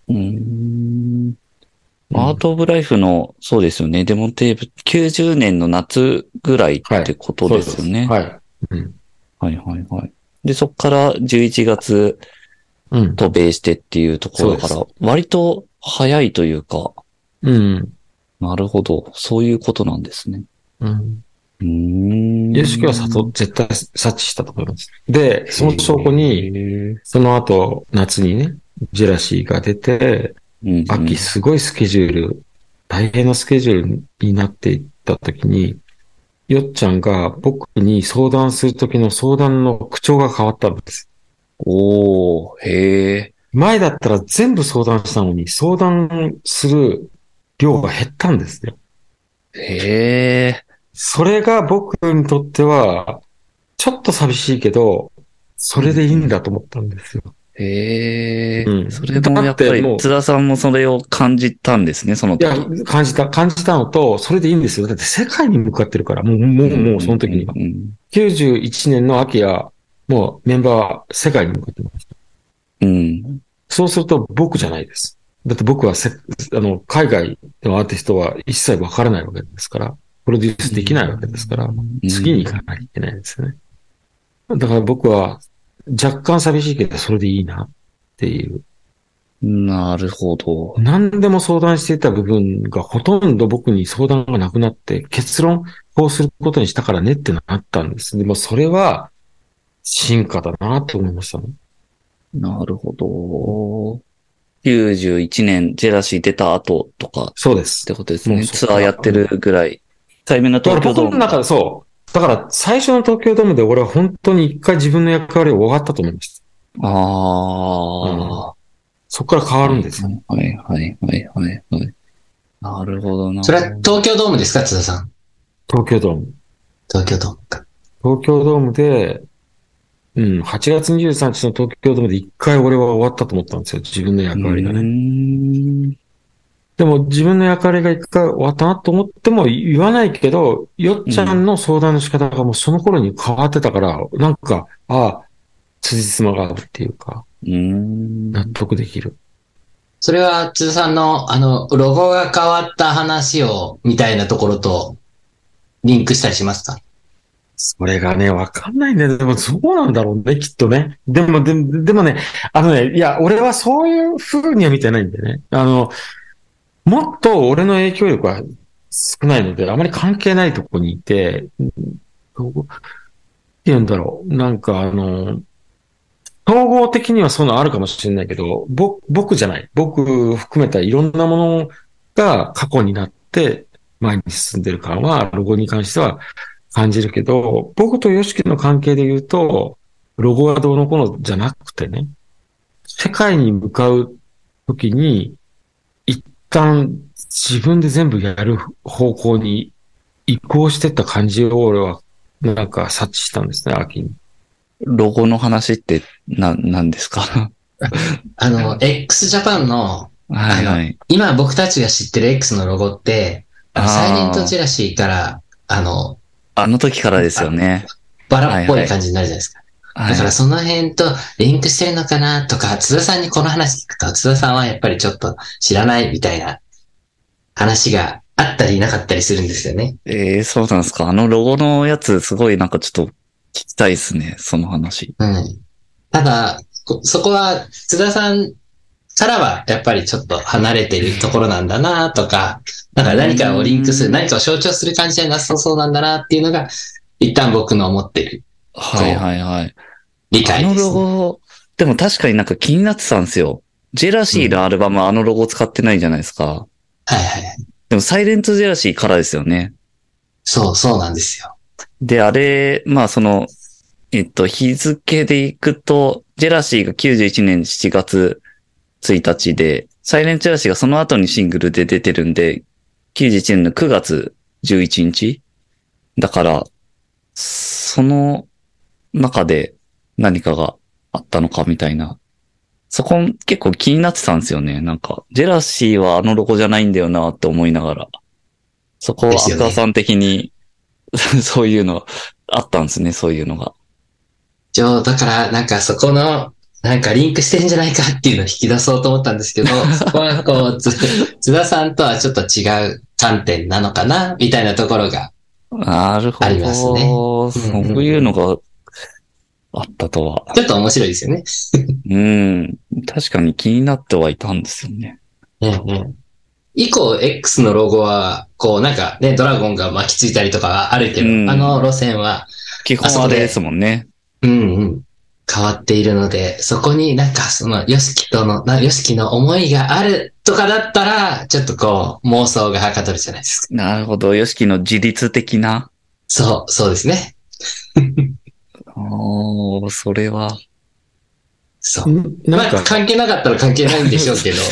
アートオブライフの、そうですよね。デモテープ、90年の夏ぐらいってことですよね。 はい。 はいはいはい。で、そこから11月、渡米してっていうところだから、割と早いというか。なるほど。そういうことなんですね。 ヨシキは絶対察知したと思います。で、その証拠に、その後、夏にね、ジェラシーが出て、秋すごいスケジュール、大変なスケジュールになっていったときに、よっちゃんが僕に相談するときの相談の口調が変わったんです。 へえ。 前だったら全部相談したのに、相談する量が減ったんですよ。 へえ。 それが僕にとっては、ちょっと寂しいけど、それでいいんだと思ったんですよ。 へえ。それもやっぱり、津田さんもそれを感じたんですね、その時。 いや、感じたのと、それでいいんですよ。だって世界に向かってるから、もうその時には。91年の秋は、もうメンバーは世界に向かってました。そうすると僕じゃないです。だって僕は海外のアーティストは一切わからないわけですから、プロデュースできないわけですから、次に行かなきゃいけないですね。だから僕は若干寂しいけど、それでいいなっていう。 なるほど。 何でも相談していた部分がほとんど僕に相談がなくなって、結論こうすることにしたからねってなったんです。でもそれは進化だなって思いましたね。 なるほど。91年ジェラシー出た後とか。 そうです。 ってことですね。ツアーやってるぐらい。1回目の東京ドーム。 僕の中でそう。だから最初の東京ドームで俺は本当に一回自分の役割を終わったと思いました。そこから変わるんですよ。 はい。なるほどな。 それは東京ドームですか、津田さん。 東京ドーム。 東京ドームか。 東京ドームで、8月23日の東京ドームで一回俺は終わったと思ったんですよ。自分の役割がね。でも自分の役割が一回終わったなと思っても言わないけど、よっちゃんの相談の仕方がもうその頃に変わってたから、なんか、辻褄が合うっていうか、納得できる。 それは、津田さんの、ロゴが変わった話を、みたいなところと、リンクしたりしますか？ それがね、わかんないね。でもそうなんだろうね、きっとね。でもね、いや、俺はそういう風には見てないんでね。もっと俺の影響力は少ないので、あまり関係ないとこにいて、どう言うんだろう。なんか統合的にはそういうのあるかもしれないけど、僕じゃない。僕含めたいろんなものが過去になって前に進んでる感は、ロゴに関しては感じるけど、僕とヨシキの関係で言うと、ロゴがどうのこうのじゃなくてね、世界に向かうときに、一旦自分で全部やる方向に移行してった感じを俺はなんか察知したんですね、秋に。 ロゴの話って何ですか？ x ジャパンの、今僕たちが知ってる X のロゴって、サイレントジェラシーから、 あの時からですよね。 バラっぽい感じになるじゃないですか。だからその辺とリンクしてるのかなとか、津田さんにこの話聞くと、津田さんはやっぱりちょっと知らないみたいな話があったりなかったりするんですよね。 そうなんですか。ロゴのやつすごいなんかちょっと聞きたいですね、その話。 ただ、そこは津田さんからは、やっぱりちょっと離れてるところなんだなとか、なんか何かをリンクする、何かを象徴する感じじゃなさそうなんだなっていうのが、一旦僕の思ってる。 はいはいはい。 理解です、ね。 ロゴ、でも確かになんか気になってたんですよ。ジェラシーのアルバムはロゴ使ってないじゃないですか。 はいはい。 でもサイレントジェラシーからですよね。 そうなんですよ。 で、あれ、日付でいくと、ジェラシーが91年7月1日で、サイレントジェラシーがその後にシングルで出てるんで、91年の9月11日だから、その中で何かがあったのかみたいな。そこ結構気になってたんですよね。なんか、ジェラシーはロゴじゃないんだよなって思いながら。そこはアクアさん的に、そういうのあったんですね、そういうのが。 だからなんかそこの、なんかリンクしてんじゃないかっていうのを引き出そうと思ったんですけど、そこはこう、津田さんとはちょっと違う観点なのかなみたいなところがありますね。 そういうのがあったとは。 ちょっと面白いですよね。 確かに気になってはいたんですよね。 以降 X のロゴは、こうなんかね、ドラゴンが巻きついたりとかあるけど、路線は。 基本あれですもんね。 変わっているので、そこになんかそのヨシキの思いがあるとかだったら、ちょっとこう妄想がはかどるじゃないですか。 なるほど。ヨシキの自律的な。 そうですね。 それは。 そう。まあ関係なかったら関係ないんでしょうけど。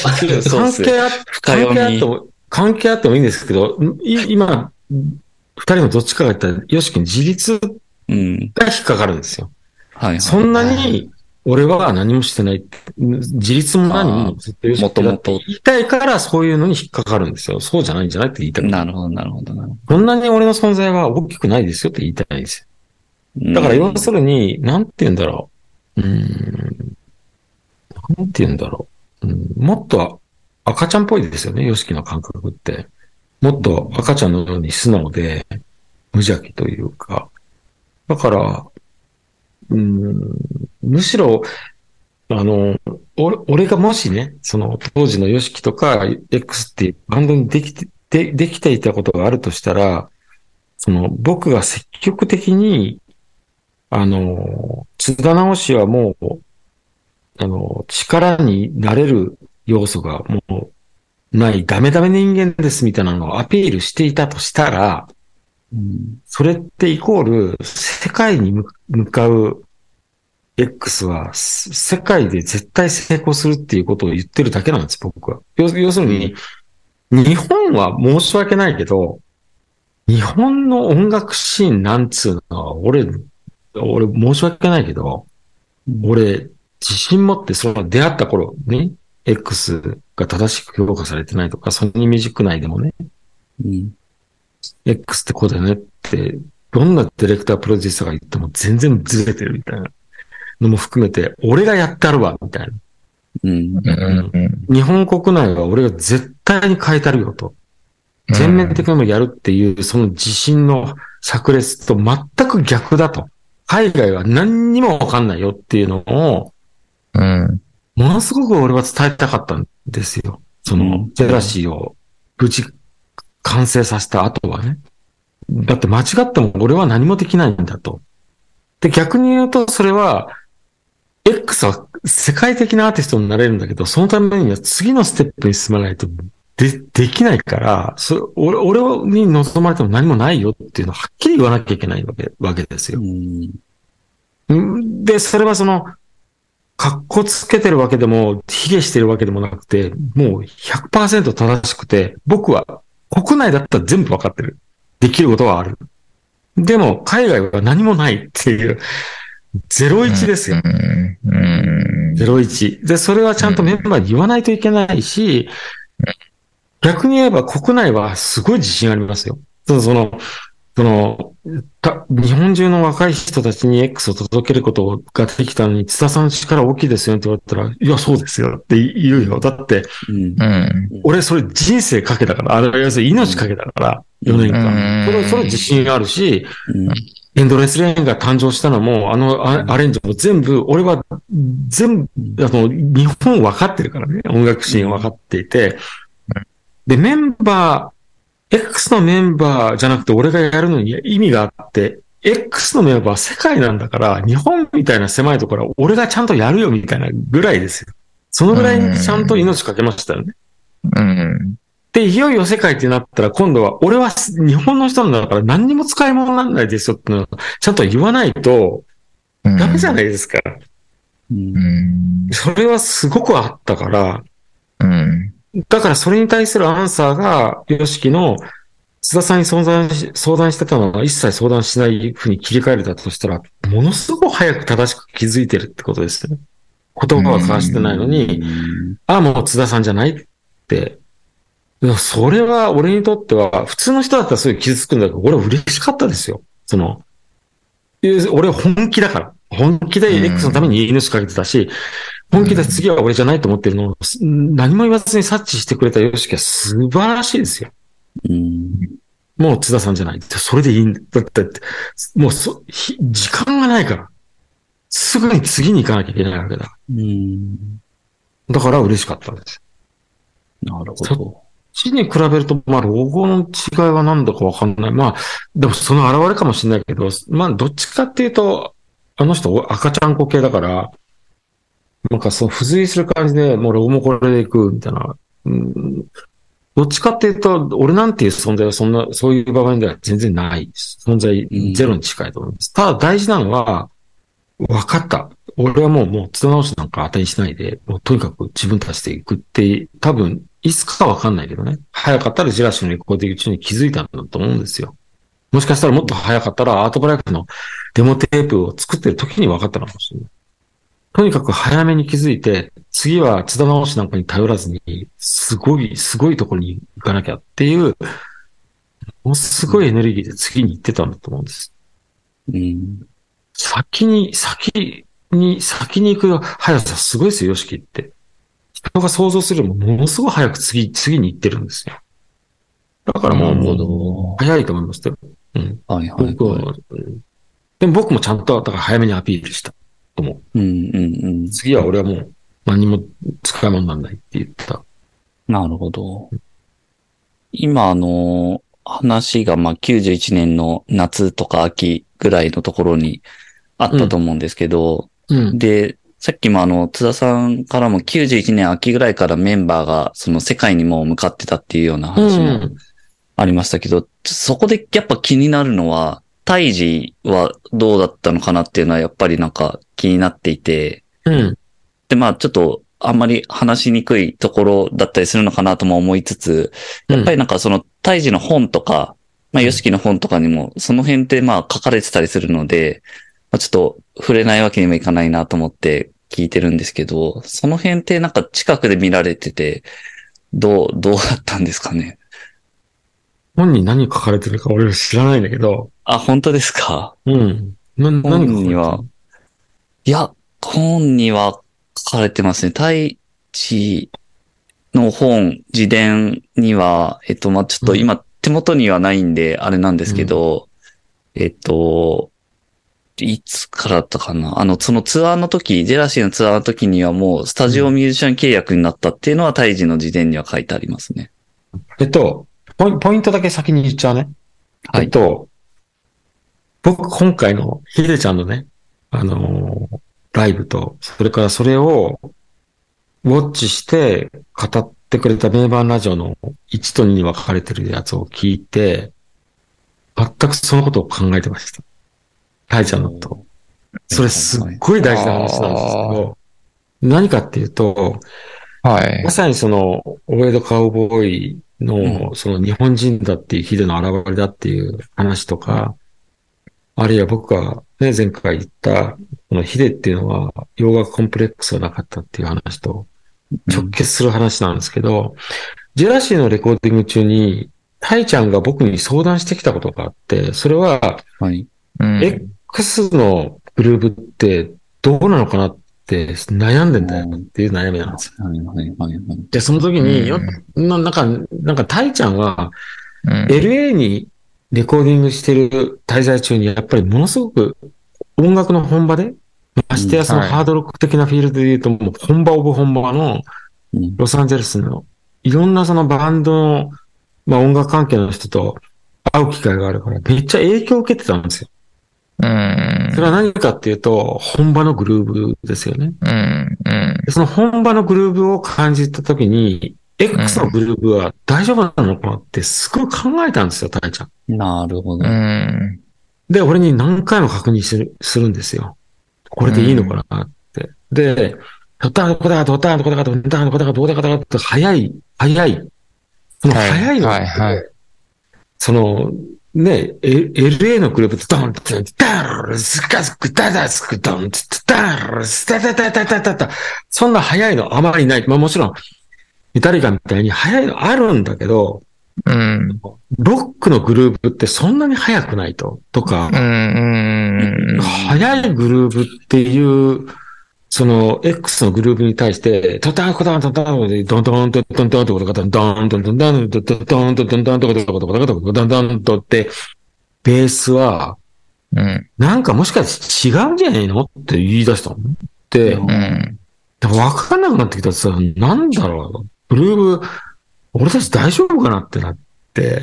関係あってもいいんですけど、今、二人のどっちかが言ったら、ヨシキの自律が引っかかるんですよ。そんなに、俺は何もしてない。自立も何もずっともともと言いたいからそういうのに引っかかるんですよ。そうじゃないんじゃないって言いたい。 なるほど。 そんなに俺の存在は大きくないですよって言いたいんですよ。だから要するに、なんて言うんだろう。もっと赤ちゃんっぽいですよね、ヨシキの感覚って。もっと赤ちゃんのように素直で、無邪気というか。だから、むしろ、俺がもしね、その当時のヨシキとか X っていうバンドにできていたことがあるとしたら、その僕が積極的に、津田直しはもう、力になれる要素がもうないダメ人間ですみたいなのをアピールしていたとしたら、それってイコール世界に向かう X は世界で絶対成功するっていうことを言ってるだけなんです、僕は。要するに、日本は申し訳ないけど、日本の音楽シーンなんつうのは、俺申し訳ないけど、俺自信持ってその出会った頃ね、X が正しく評価されてないとか、ソニーミュージック内でもね、X ってこうだよねって、どんなディレクタープロデューサーが言っても全然ずれてるみたいなのも含めて、俺がやってあるわ、みたいな。日本国内は俺が絶対に変えたるよと。全面的にもやるっていう、その自信の炸裂と全く逆だと。海外は何にもわかんないよっていうのを、ものすごく俺は伝えたかったんですよ。その、ジェラシーを無事完成させた後はね。だって間違っても俺は何もできないんだと。で、逆に言うとそれは、X は世界的なアーティストになれるんだけど、そのためには次のステップに進まないとできないから、俺に望まれても何もないよっていうのをはっきり言わなきゃいけないわけですよ。で、それはその、格好つけてるわけでも、卑下してるわけでもなくて、もう 100% 正しくて、僕は国内だったら全部わかってる。できることはある。でも、海外は何もないっていう、01ですよ。01。で、それはちゃんとメンバーに言わないといけないし、逆に言えば国内はすごい自信ありますよ。日本中の若い人たちに X を届けることができたのに、津田さんの力大きいですよって言われたら、いや、そうですよって言うよ。だって、俺それ人生かけたから、要するに命かけたから、4年間。それ自信あるし、 エンドレスレインが誕生したのも、アレンジも全部、俺は全部、日本分かってるからね。音楽シーン分かっていて。で、X のメンバーじゃなくて俺がやるのに意味があって、X のメンバーは世界なんだから、日本みたいな狭いところは俺がちゃんとやるよみたいなぐらいですよ。そのぐらいにちゃんと命かけましたよね。で、いよいよ世界ってなったら、今度は、俺は日本の人なんだから何にも使い物にならないですよってのをちゃんと言わないと、ダメじゃないですか。それはすごくあったから、だからそれに対するアンサーが、YOSHIKIの津田さんに相談してたのは一切相談しないふうに切り替えれたとしたら、ものすごく早く正しく気づいてるってことですね。言葉は交わしてないのに、もう津田さんじゃないって。それは俺にとっては、普通の人だったらすごい傷つくんだけど、俺は嬉しかったですよ。俺は本気だから。本気で X のために言い主かけてたし、本気で次は俺じゃないと思ってるのを、何も言わずに察知してくれたYOSHIKIは素晴らしいですよ。もう津田さんじゃない。それでいいんだ。だって、もう時間がないから。すぐに次に行かなきゃいけないわけだ。だから嬉しかったんです。 なるほど。 そっちに比べると、ロゴの違いは何だかわかんない。でもその表れかもしれないけど、どっちかっていうと、あの人赤ちゃん子系だから、その付随する感じで、もうロゴもこれでいく、みたいな。どっちかっていうと、俺なんていう存在はそういう場面では全然ないです。存在ゼロに近いと思います。ただ大事なのは、分かった。俺はもう、津田直しなんか当たりしないで、もうとにかく自分たちで行くって、多分、いつか分かんないけどね。早かったらジェラシーのレコーディング中に気づいたんだと思うんですよ。もしかしたらもっと早かったらアートブライクのデモテープを作ってる時に分かったのかもしれない。とにかく早めに気づいて、次は津田直しなんかに頼らずに、すごいところに行かなきゃっていう、もうすごいエネルギーで次に行ってたんだと思うんです。先に行く速さすごいですよ、YOSHIKIって。人が想像するよりものすごい早く次に行ってるんですよ。だからもう、早いと思いますよ。でも僕もちゃんと、だから早めにアピールしたと思う。次は俺はもう何も使い物にならないって言った。 なるほど。今話が91年の夏とか秋ぐらいのところにあったと思うんですけど、で、さっきも津田さんからも91年秋ぐらいからメンバーがその世界にもう向かってたっていうような話もありましたけど、そこでやっぱ気になるのは、タイジはどうだったのかなっていうのはやっぱりなんか気になっていて、で、ちょっとあんまり話しにくいところだったりするのかなとも思いつつ、やっぱりなんかそのタイジの本とか、YOSHIKIの本とかにもその辺って書かれてたりするので、ちょっと触れないわけにもいかないなと思って聞いてるんですけど、その辺ってなんか近くで見られてて、どうだったんですかね。 本に何書かれてるか俺は知らないんだけど。 本当ですか？ 何書かれてる？本には書かれてますね。タイチの本、自伝には、ちょっと今手元にはないんで、あれなんですけど、いつからだったかな、そのツアーの時、ジェラシーのツアーの時にはもうスタジオミュージシャン契約になったっていうのはタイジの自伝には書いてありますね。 ポイントだけ先に言っちゃうね。僕今回のヒデちゃんのね、ライブと、それからそれをウォッチして語ってくれた名盤ラジオの1と2に分かれてるやつを聞いて、全くそのことを考えてました。タイちゃんのこと。それすっごい大事な話なんですけど、何かっていうと、まさにその、オエドカウボーイの、その日本人だっていうヒデの現れだっていう話とか、あるいは僕がね、前回言った、このヒデっていうのは洋楽コンプレックスがなかったっていう話と直結する話なんですけど、ジェラシーのレコーディング中に、タイちゃんが僕に相談してきたことがあって、それは、X のグルーブってどうなのかなって悩んでんだよっていう悩みなんですよ。で、その時になんかタイちゃんは、LA にレコーディングしてる滞在中に、やっぱりものすごく音楽の本場で、ましてやそのハードロック的なフィールドで言うと、もう本場オブ本場の、ロサンゼルスの、いろんなそのバンドの、まあ音楽関係の人と会う機会があるから、めっちゃ影響を受けてたんですよ。それは何かっていうと、本場のグルーブですよね。でその本場のグルーブを感じたときに、X のグルーブは大丈夫なのかなってすごい考えたんですよ、タイちゃん。 なるほど。 で、俺に何回も確認するんですよ。これでいいのかなって。で、ドタンコタドタンコタドタンコタドタンコタって早い。その早いの。その、ね、LA のグループでドンってダルスカスクダダスクドンってダルスタタタタタタタそんな早いのあまりない。まあもちろん、メタリカみたいに早いのあるんだけど、ロックのグルーブってそんなに速くないとか、速いグルーブっていう、その X のグルーブに対して、トタンコタントタンでドンドンドンドンドンってことがドンドンドンドンドンドンドンドンドンドンドンドンドンドンドンドンって、ベースは、なんかもしかして違うんじゃないのって言い出したので、わかんなくなってきたらさ、なんだろう、グルーブ、俺たち大丈夫かなってなって、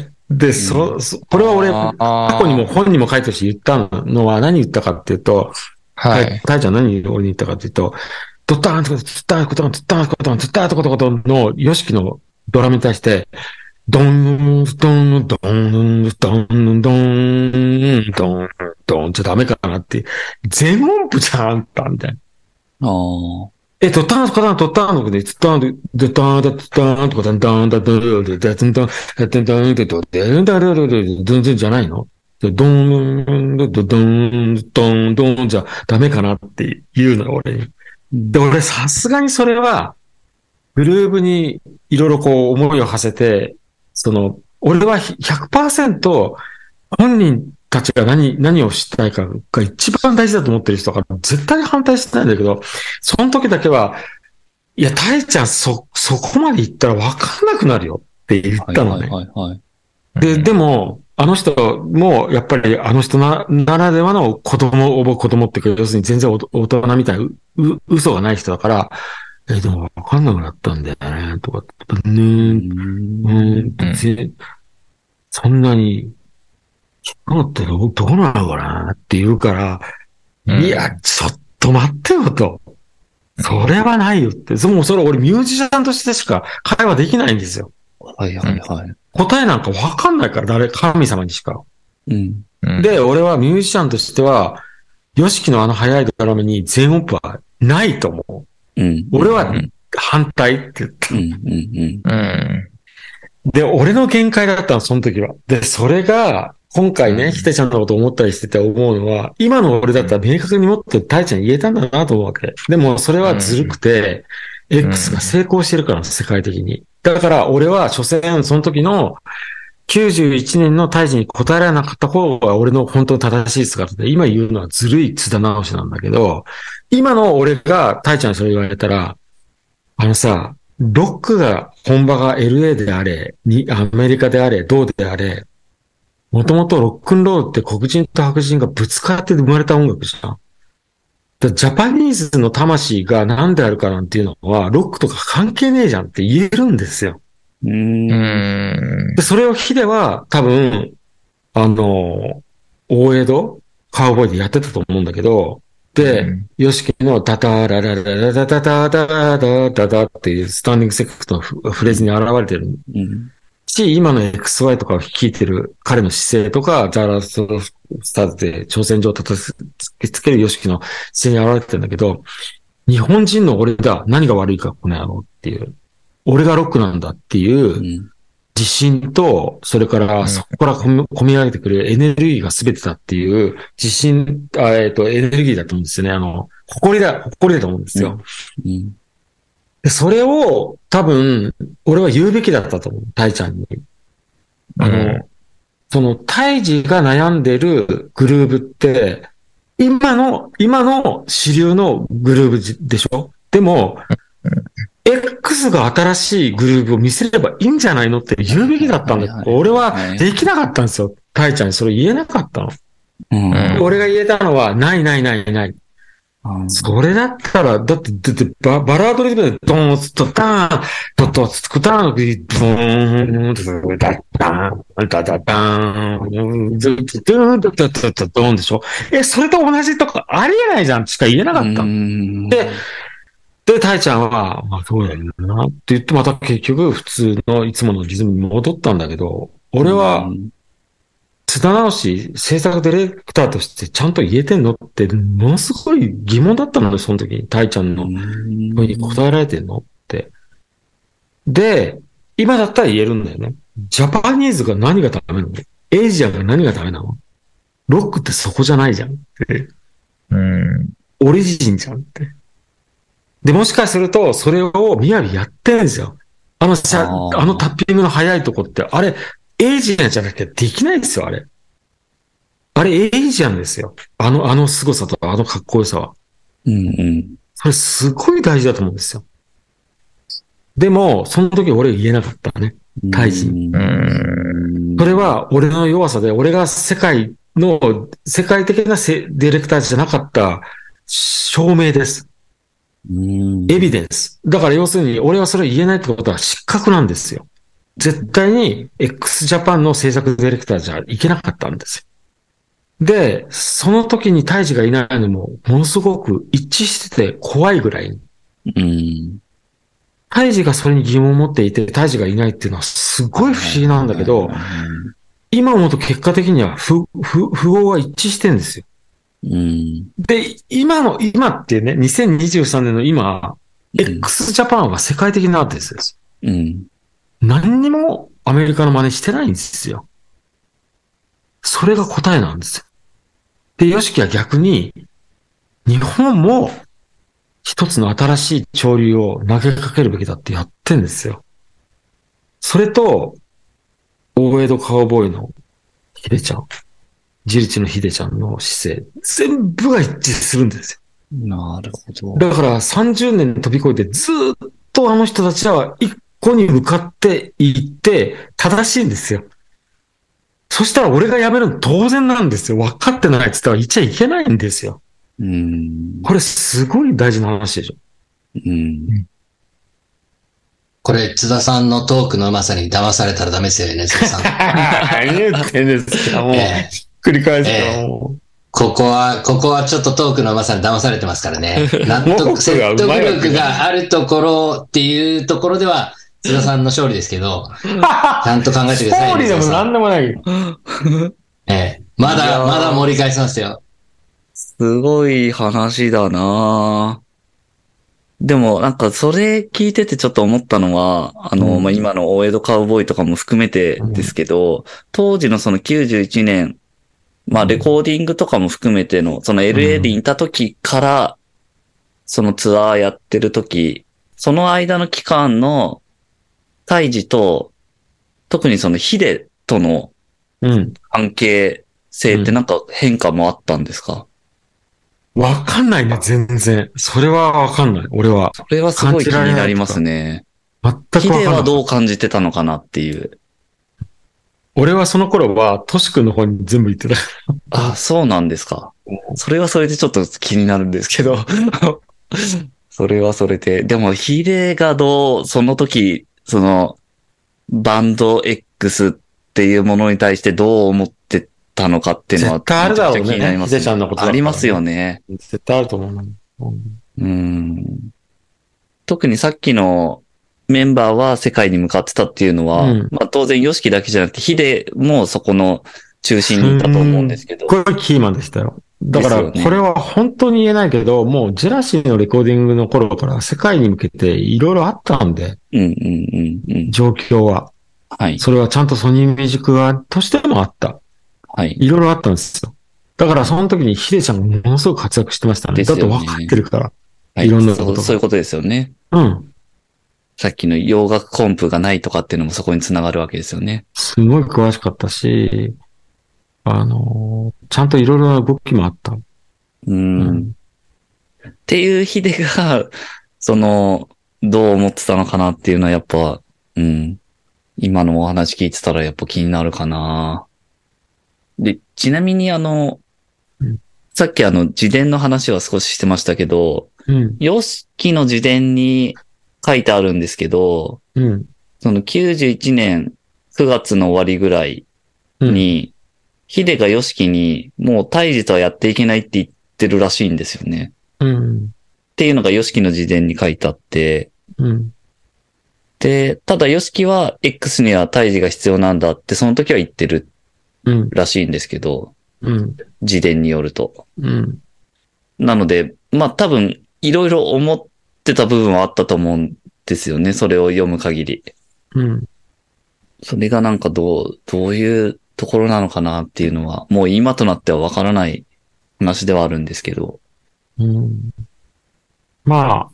で、これは俺、過去にも本にも書いてほしい言ったのは何言ったかっていうと、タイちゃん何俺に言ったかっていうと、ドッターンとか、ドッターンとか、ドッターンとか、ドッターンとか、ドッターンとかのヨシキのドラムに対して、ドン、ドン、ドン、ドン、ドン、ドン、ドン、ドン、じゃダメかなって、全音符じゃん、あんた、みたいな。ドッターンとか、ドッターンとかで、ドッターン、ドッターン、ドッターンとか、ドン、ドン、ドン、ドン、ドン、ドン、ドン、ドン、ドン、ドン、ドン、ドン、ドンじゃないのドン、ドン、ドン、ドンじゃダメかなって言うの、俺に。で、俺さすがにそれは、グルーブにいろいろこう思いを馳せて、俺は 100% 本人たちが何をしたいかが一番大事だと思ってる人だから絶対反対してないんだけど、その時だけは、いや、タイちゃんそこまで言ったら分かんなくなるよって言ったのね。でも、あの人も、やっぱりあの人ならではの子供っていうか、要するに全然大人みたいな嘘がない人だから、でもわかんなくなったんだよね、とか、そんなに、そうってどうなのかなって言うから、いや、ちょっと待ってよと。それはないよって。それ俺ミュージシャンとしてしか会話できないんですよ。答えなんかわかんないから、神様にしか。で、俺はミュージシャンとしては、ヨシキのあの速いドラムに全音符はないと思う。俺は反対って言った。で、俺の限界だったの、その時は。で、それが、今回ね、ヒデちゃんのこと思ったりしてて思うのは、今の俺だったら明確にもってタイちゃんに言えたんだなと思うわけ。でも、それはずるくて、X が成功してるから、世界的に。だから、俺は、所詮、その時の、91年の胎児に答えられなかった方が俺の本当に正しい姿で、今言うのはずるい津田直しなんだけど、今の俺がタイちゃんにそれ言われたら、ロックが本場が LA であれ、アメリカであれ、どうであれ、もともとロックンロールって黒人と白人がぶつかって生まれた音楽じゃん。ジャパニーズの魂が何であるかなんていうのは、ロックとか関係ねえじゃんって言えるんですよ。で、それをヒデは多分、大江戸カウボーイでやってたと思うんだけど、で、ヨシキのダダララララダダダダダダダっていうスタンディングセクトのフレーズに現れてる。今の XY とかを率いてる彼の姿勢とか、ザラスターズで挑戦状を叩きつけるヨシキの姿勢に現れてるんだけど、日本人の俺だ、何が悪いかこの野郎っていう。俺がロックなんだっていう自信と、それからそこから込み上げてくるエネルギーが全てだっていう自信、エネルギーだと思うんですよね。誇りだと思うんですよ。でそれを多分、俺は言うべきだったと思う。タイちゃんに。そのタイジが悩んでるグルーブって、今の主流のグルーブでしょ？でも、X が新しいグルーブを見せればいいんじゃないのって言うべきだったんだ。俺はできなかったんですよ。 タイちゃんにそれ言えなかったの。俺が言えたのは、ない。それだったら、だってバラードリズムでドーン、とダーン、ドドツクダーン、ドーン、ダッダーン、ダダダーン、ドゥーン、ドドドドドーンでしょ。それと同じとかありえないじゃんしか言えなかった。で、タイちゃんは、まあそうだよなって言ってまた結局普通のいつものリズムに戻ったんだけど、俺は、津田直し制作ディレクターとしてちゃんと言えてんのって、ものすごい疑問だったのよ、その時に。タイちゃんの声に答えられてんのって。で、今だったら言えるんだよね。ジャパニーズが何がダメなの？エイジアが何がダメなの？ロックってそこじゃないじゃんって。オリジンじゃんって。で、もしかすると、それをみやびやってんですよ。あのタッピングの速いとこって、あれ、エイジアンじゃなきゃできないですよ、あれ。あれ、エイジアンですよ。あの凄さとあのかっこよさは。それすごい大事だと思うんですよ。でも、その時俺言えなかったね。タイ人に。それは俺の弱さで、俺が世界的なディレクターじゃなかった証明です。エビデンス。だから要するに、俺はそれ言えないってことは失格なんですよ。絶対に x ジャパンの制作ディレクターじゃいけなかったんですよ。で、その時にタイジがいないのも、ものすごく一致してて怖いぐらい。タイジがそれに疑問を持っていて、タイジがいないっていうのはすごい不思議なんだけど、今思うと結果的には符号は一致してるんですよ。で、今ってね、2023年の今、x ジャパンは世界的なアーティストです。何にもアメリカの真似してないんですよ。それが答えなんですよ。で、ヨシキは逆に、日本も一つの新しい潮流を投げかけるべきだってやってんですよ。それと、大江戸カウボーイのヒデちゃん、ジリチのヒデちゃんの姿勢、全部が一致するんですよ。 なるほど。 だから30年飛び越えてずっとあの人たちは一個に向かっていって正しいんですよ。そしたら俺が辞めるの当然なんですよ。分かってないって言ったら言っちゃいけないんですよ。これすごい大事な話でしょ。 これ、津田さんのトークのうまさに騙されたらダメですよね、津田さん。 何言ってんですか、もう。繰り返すからもう。 ここはちょっとトークのうまさに騙されてますからね。説得力があるところっていうところでは、津田さんの勝利ですけど、ちゃんと考えてくださいね。勝利でも何でもない。 まだ盛り返しますよ。 すごい話だなぁ。でもなんかそれ聞いててちょっと思ったのは、まあ、今の大江戸カウボーイとかも含めてですけど、当時のその91年、まあレコーディングとかも含めての、その LA にいた時から、そのツアーやってる時、その間の期間のタイジと、特にそのヒデとの関係性ってなんか変化もあったんですか？ わかんないね、全然。それはわかんない、俺は。 それはすごい気になりますね。 全くわかんない。 ヒデはどう感じてたのかなっていう。 俺はその頃は、トシ君の方に全部言ってた。 あ、そうなんですか。それはそれでちょっと気になるんですけど。それはそれで。でも、ヒデがその時、その、バンド X っていうものに対してどう思ってたのかっていうのは、 絶対あるだろうね。 気になりますね。 ヒデちゃんのことだありますよね。 絶対あると思う。 特にさっきのメンバーは世界に向かってたっていうのは、まあ当然ヨシキだけじゃなくてヒデもそこの中心にいたと思うんですけど。 これはキーマンでしたよ。だから、これは本当に言えないけど、もうジェラシーのレコーディングの頃から世界に向けていろいろあったんで、状況は。 はい。 それはちゃんとソニーミュージック側としてもあった。 はい。 いろいろあったんですよ。だからその時にヒデちゃんがものすごく活躍してましたね。だって分かってるから。 はい。 いろんなこと。 そういうことですよね。さっきの洋楽コンプがないとかっていうのもそこにつながるわけですよね。 すごい詳しかったし、ちゃんといろいろな動きもあった。 っていうヒデが、どう思ってたのかなっていうのはやっぱ、今のお話聞いてたらやっぱ気になるかな。 で、ちなみにうんさっき自伝の話は少ししてましたけど、ヨシキの自伝に書いてあるんですけど、その91年9月の終わりぐらいに、ヒデがヨシキにもう胎児とはやっていけないって言ってるらしいんですよね。っていうのがヨシキの自伝に書いてあって、で、ただヨシキは X には胎児が必要なんだってその時は言ってるらしいんですけど、自伝によると。なので、まあ多分いろいろ思ってた部分はあったと思うんですよね。それを読む限り。それがなんかどういうところなのかなっていうのは、もう今となってはわからない話ではあるんですけど。 まあ、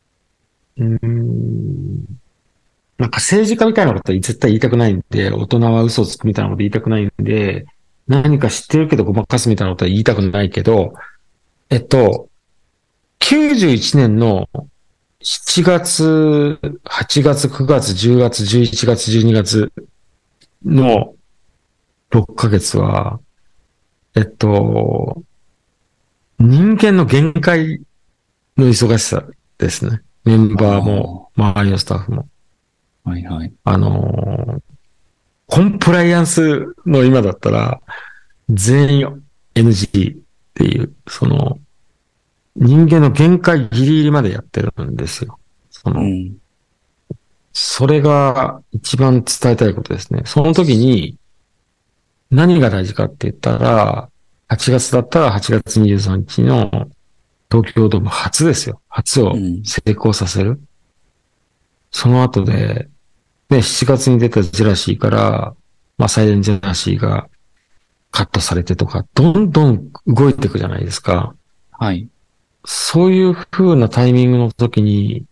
なんか政治家みたいなことは絶対言いたくないんで、大人は嘘をつくみたいなこと言いたくないんで、何か知ってるけどごまかすみたいなことは言いたくないけど、91年の7月、8月、9月、10月、11月、12月の6ヶ月は、人間の限界の忙しさですね。メンバーも、周りのスタッフも。 はいはい。 コンプライアンスの今だったら、全員 NG っていう、人間の限界ギリギリまでやってるんですよ。それが一番伝えたいことですね。その時に、何が大事かって言ったら、8月だったら8月23日の東京ドーム初ですよ。初を成功させる。その後で、7月に出たジェラシーから、サイレンジェラシーがカットされてとか、どんどん動いていくじゃないですか。 はい。 そういう風なタイミングの時に、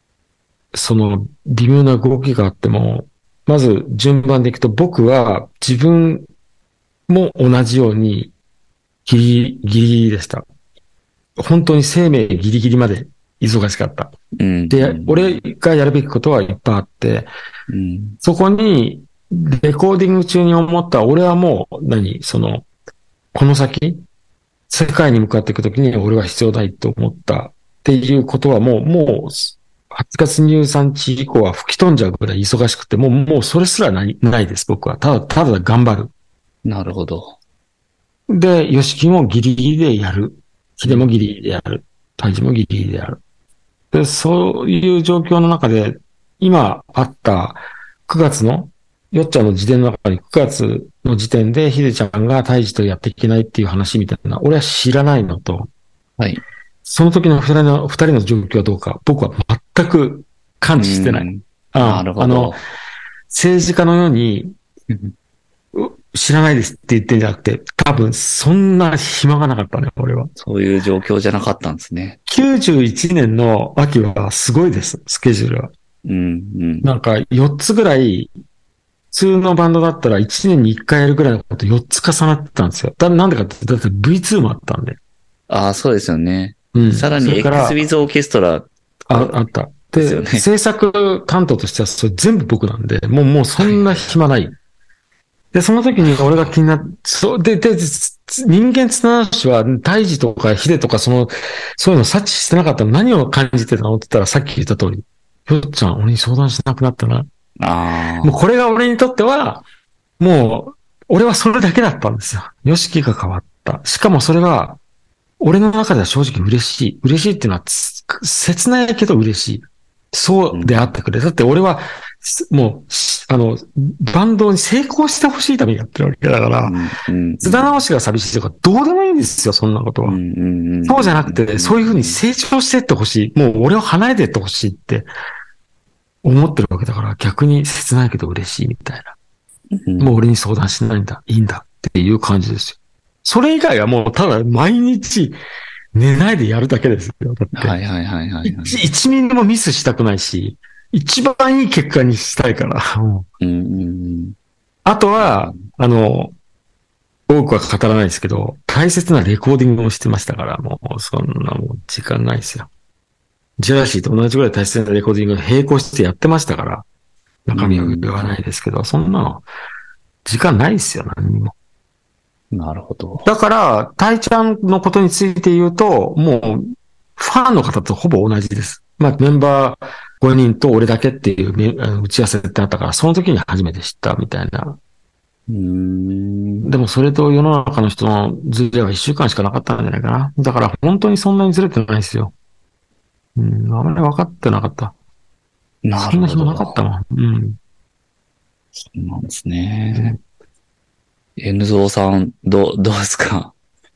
微妙な動きがあっても、まず順番でいくと、僕は自分も同じようにギリギリでした。本当に生命ギリギリまで忙しかった。で、俺がやるべきことはいっぱいあって、そこにレコーディング中に思った、俺はもうこの先、世界に向かっていくときに俺は必要ないと思ったっていうことはもう8月23日以降は吹き飛んじゃうぐらい忙しくて、もうそれすらないです、僕は。ただ頑張る。 なるほど。 で、ヨシキもギリギリでやる。ヒデもギリギリでやる。タイジもギリギリでやる。で、そういう状況の中で、今あった9月の、よっちゃんの自伝の中に9月の時点でヒデちゃんがタイジとやっていけないっていう話みたいな、俺は知らないのと、 はい。 その時の二人の状況はどうか、僕は全く感知してない。 なるほど。 政治家のように、知らないですって言ってんじゃなくて、多分そんな暇がなかったね、俺は。 そういう状況じゃなかったんですね。 91年の秋はすごいです、スケジュールは。なんか4つぐらい、普通のバンドだったら1年に1回やるぐらいのこと4つ重なってたんですよ。なんでかって、だって V2 もあったんで。 ああ、そうですよね。さらに X ウィズオーケストラあった。で、制作担当としてはそれ全部僕なんで、もうそんな暇ない。で、その時に俺が気になって、人間綱直しは、胎児とかヒデとかそういうの察知してなかったの何を感じてたのって言ったらさっき言った通り、よっちゃん、俺に相談しなくなったな。もうこれが俺にとっては、もう、俺はそれだけだったんですよ。ヨシキが変わった。しかもそれは、俺の中では正直嬉しい。嬉しいっていうのは、切ないけど嬉しい。そうであってくれ。だって俺は、もう、バンドに成功してほしいためにやってるわけだから、津田直しが寂しいとかどうでもいいんですよ、そんなことは。そうじゃなくて、そういうふうに成長していってほしい。もう俺を離れていってほしいって思ってるわけだから、逆に切ないけど嬉しいみたいな。もう俺に相談しないんだ、いいんだっていう感じですよ。それ以外はもうただ毎日寝ないでやるだけですよ。だって。1ミリもミスしたくないし、一番いい結果にしたいから。あとは、多くは語らないですけど、大切なレコーディングをしてましたから、もうそんなもう時間ないですよ。ジェラシーと同じぐらい大切なレコーディングを並行してやってましたから、中身は言わないですけど、そんなの、時間ないですよ、何にも。 なるほど。 だから、タイちゃんのことについて言うと、もう、ファンの方とほぼ同じです。まあ、メンバー5人と俺だけっていう打ち合わせってあったから、その時に初めて知ったみたいな。でもそれと世の中の人のズレは1週間しかなかったんじゃないかな。だから本当にそんなにずれてないですよ。あまり分かってなかった。 なるほど。 そんな暇なかったもん。 そうなんですね。N ゾーさん、どうですか？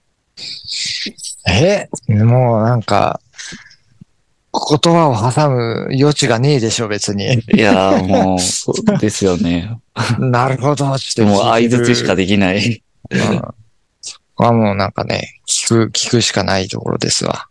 もうなんか、言葉を挟む余地がねえでしょ、別に。 いやーもう、そうですよね。 なるほど、ってもう相槌しかできない。 そこはもうなんかね、聞くしかないところですわ。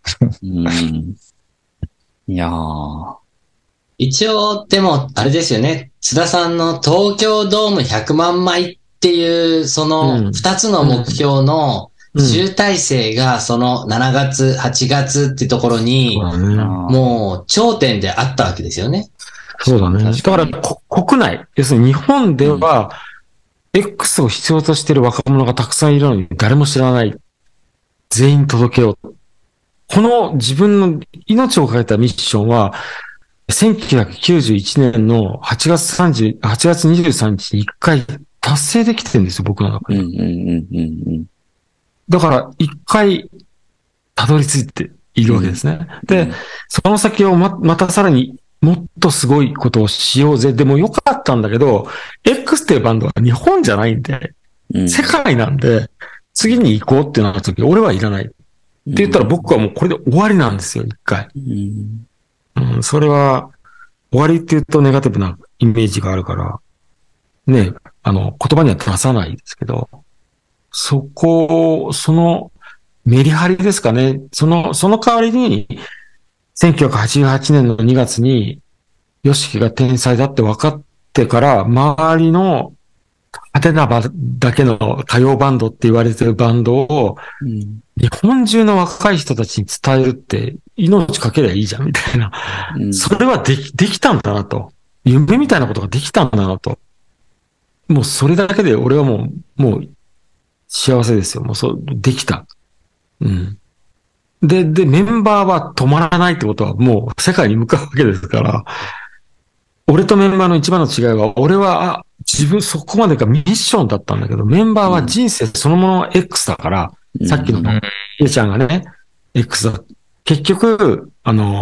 いやー。 一応、でも、あれですよね。津田さんの東京ドーム100万枚っていう、その2つの目標の集大成がその7月、8月ってところに、もう頂点であったわけですよね。 そうだね。だから国内、要するに日本では、X を必要としている若者がたくさんいるのに誰も知らない。全員届けよう。この自分の命をかけたミッションは、1991年の8月23日に1回達成できてるんですよ、僕の中で。だから1回たどり着いているわけですね。で、その先をまたさらにもっとすごいことをしようぜ。でもよかったんだけど、X っていうバンドは日本じゃないんで、世界なんで、次に行こうってなった時、俺はいらない。って言ったら僕はもうこれで終わりなんですよ、一回。それは、終わりって言うとネガティブなイメージがあるから、ね、言葉には出さないですけど、そのメリハリですかね。その代わりに、1988年の2月に、ヨシキが天才だって分かってから、周りの派手なだけの歌謡バンドって言われてるバンドを、日本中の若い人たちに伝えるって、命かけりゃいいじゃん、みたいな。それはできたんだなと。夢みたいなことができたんだなと。もうそれだけで俺はもう幸せですよ。もうできた。で、メンバーは止まらないってことはもう世界に向かうわけですから、俺とメンバーの一番の違いは、俺は、自分そこまでがミッションだったんだけど、メンバーは人生そのものは X だから、さっきのAちゃんがね、X だ。結局、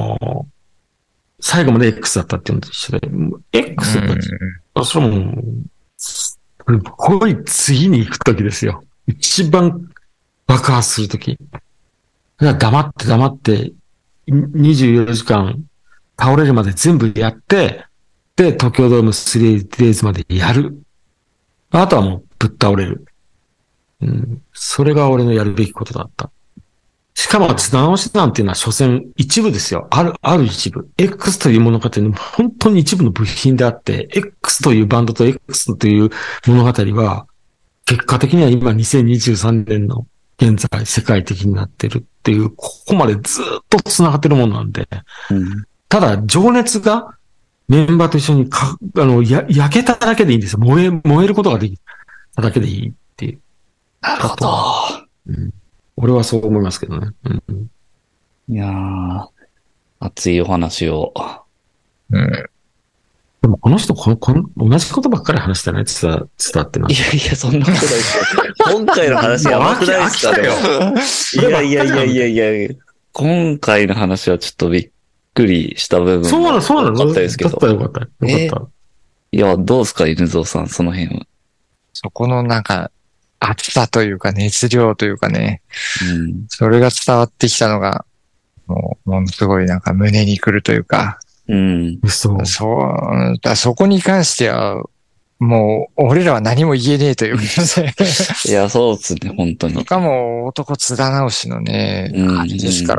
最後まで X だったっていうのと一緒で、X だ。それも、すごい次に行くときですよ。一番爆発するとき。黙って24時間倒れるまで全部やって、で、東京ドーム 3days までやる。あとはもうぶっ倒れる。それが俺のやるべきことだった。しかも、直しなんていうのは所詮一部ですよ。ある一部。X という物語の本当に一部の部品であって、X というバンドと X という物語は、結果的には今2023年の現在世界的になってるっていう、ここまでずっと繋がってるものなんで。ただ、情熱がメンバーと一緒に焼けただけでいいんですよ。燃えることができただけでいいっていう。 なるほど。 俺はそう思いますけどね。 いやー、熱いお話を。 でもこの人同じことばっかり話してないって伝わってな。 いや、そんなことないですよ。今回の話やばくないですかでも。いや。今回の話はちょっとびっくりした部分がそうなのかったですけど。 よかった。 いや、どうですか、犬蔵さん、その辺は。 そこのなんか、熱さというか熱量というかね、それが伝わってきたのが、ものすごいなんか胸にくるというか、そこに関しては、もう、俺らは何も言えねえというかね。 いや、そうですね、本当に。 とかも男津田直しのね、感じですから。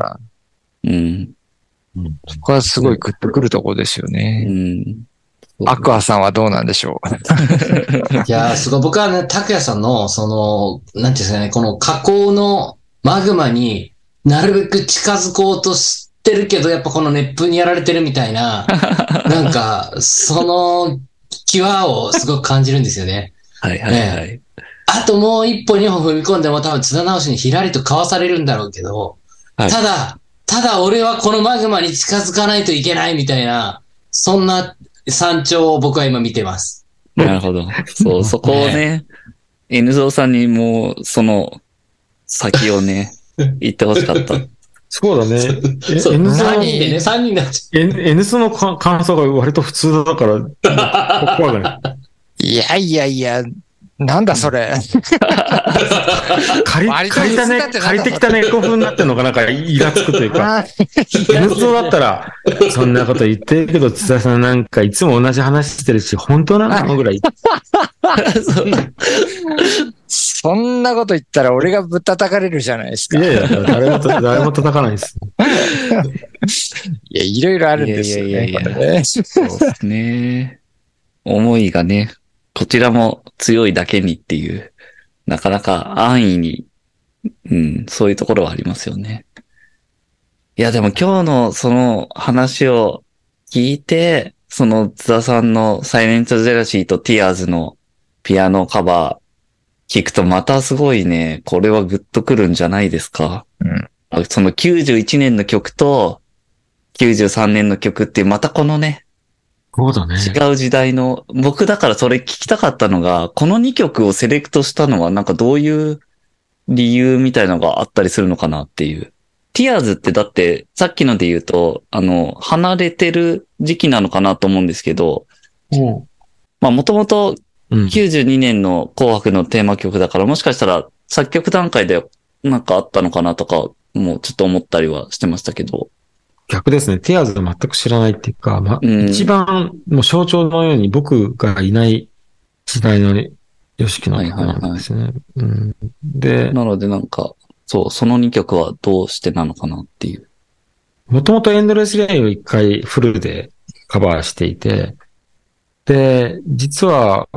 そこはすごいグッとくるところですよね。アクアさんはどうなんでしょういやー、すごい。僕はね、拓也さんの、なんていうんですかね、この火口のマグマになるべく近づこうとしてるけど、やっぱこの熱風にやられてるみたいな、なんか、その際をすごく感じるんですよね。 はい。 あともう一歩二歩踏み込んでも多分津田直しにひらりとかわされるんだろうけど、はい、ただ俺はこのマグマに近づかないといけないみたいな、そんな山頂を僕は今見てます。 なるほど。そう、そこをね、N ゾーさんにもう、その、先をね、言ってほしかった。 そうだね。 そう、3人でね、3人になっちゃう。 N ゾの感想が割と普通だから、ここはね。 いや、なんだそれ。 借りてきた猫風になってんのかなんかイラつくというか。N ゾだったら、そんなこと言ってるけど、津田さんなんかいつも同じ話してるし、本当なのぐらい。 そんなこと言ったら俺がぶったたかれるじゃないですか。 いや、誰も叩かないです。 いや、いろいろあるんですよね。 そうですね。思いがね、こちらも強いだけにっていう、なかなか安易に、そういうところはありますよね。いや、でも今日のその話を聞いて、その津田さんのサイレントジェラシーとティアーズのピアノカバー聞くとまたすごいね、これはグッとくるんじゃないですか。その91年の曲と93年の曲ってまたこのね、 そうだね。 違う時代の、僕だからそれ聞きたかったのが、この2曲をセレクトしたのはなんかどういう理由みたいなのがあったりするのかなっていう。ティアーズってだってさっきので言うと、離れてる時期なのかなと思うんですけど、まあもともと92年の紅白のテーマ曲だから、もしかしたら作曲段階でなんかあったのかなとか、もうちょっと思ったりはしてましたけど。 逆ですね。ティアーズ全く知らないっていうか、一番もう象徴のように僕がいない時代のヨシキの曲なんですね。で、 なのでなんか、そう、その2曲はどうしてなのかなっていう。 もともとエンドレスレインを一回フルでカバーしていて、で、実は、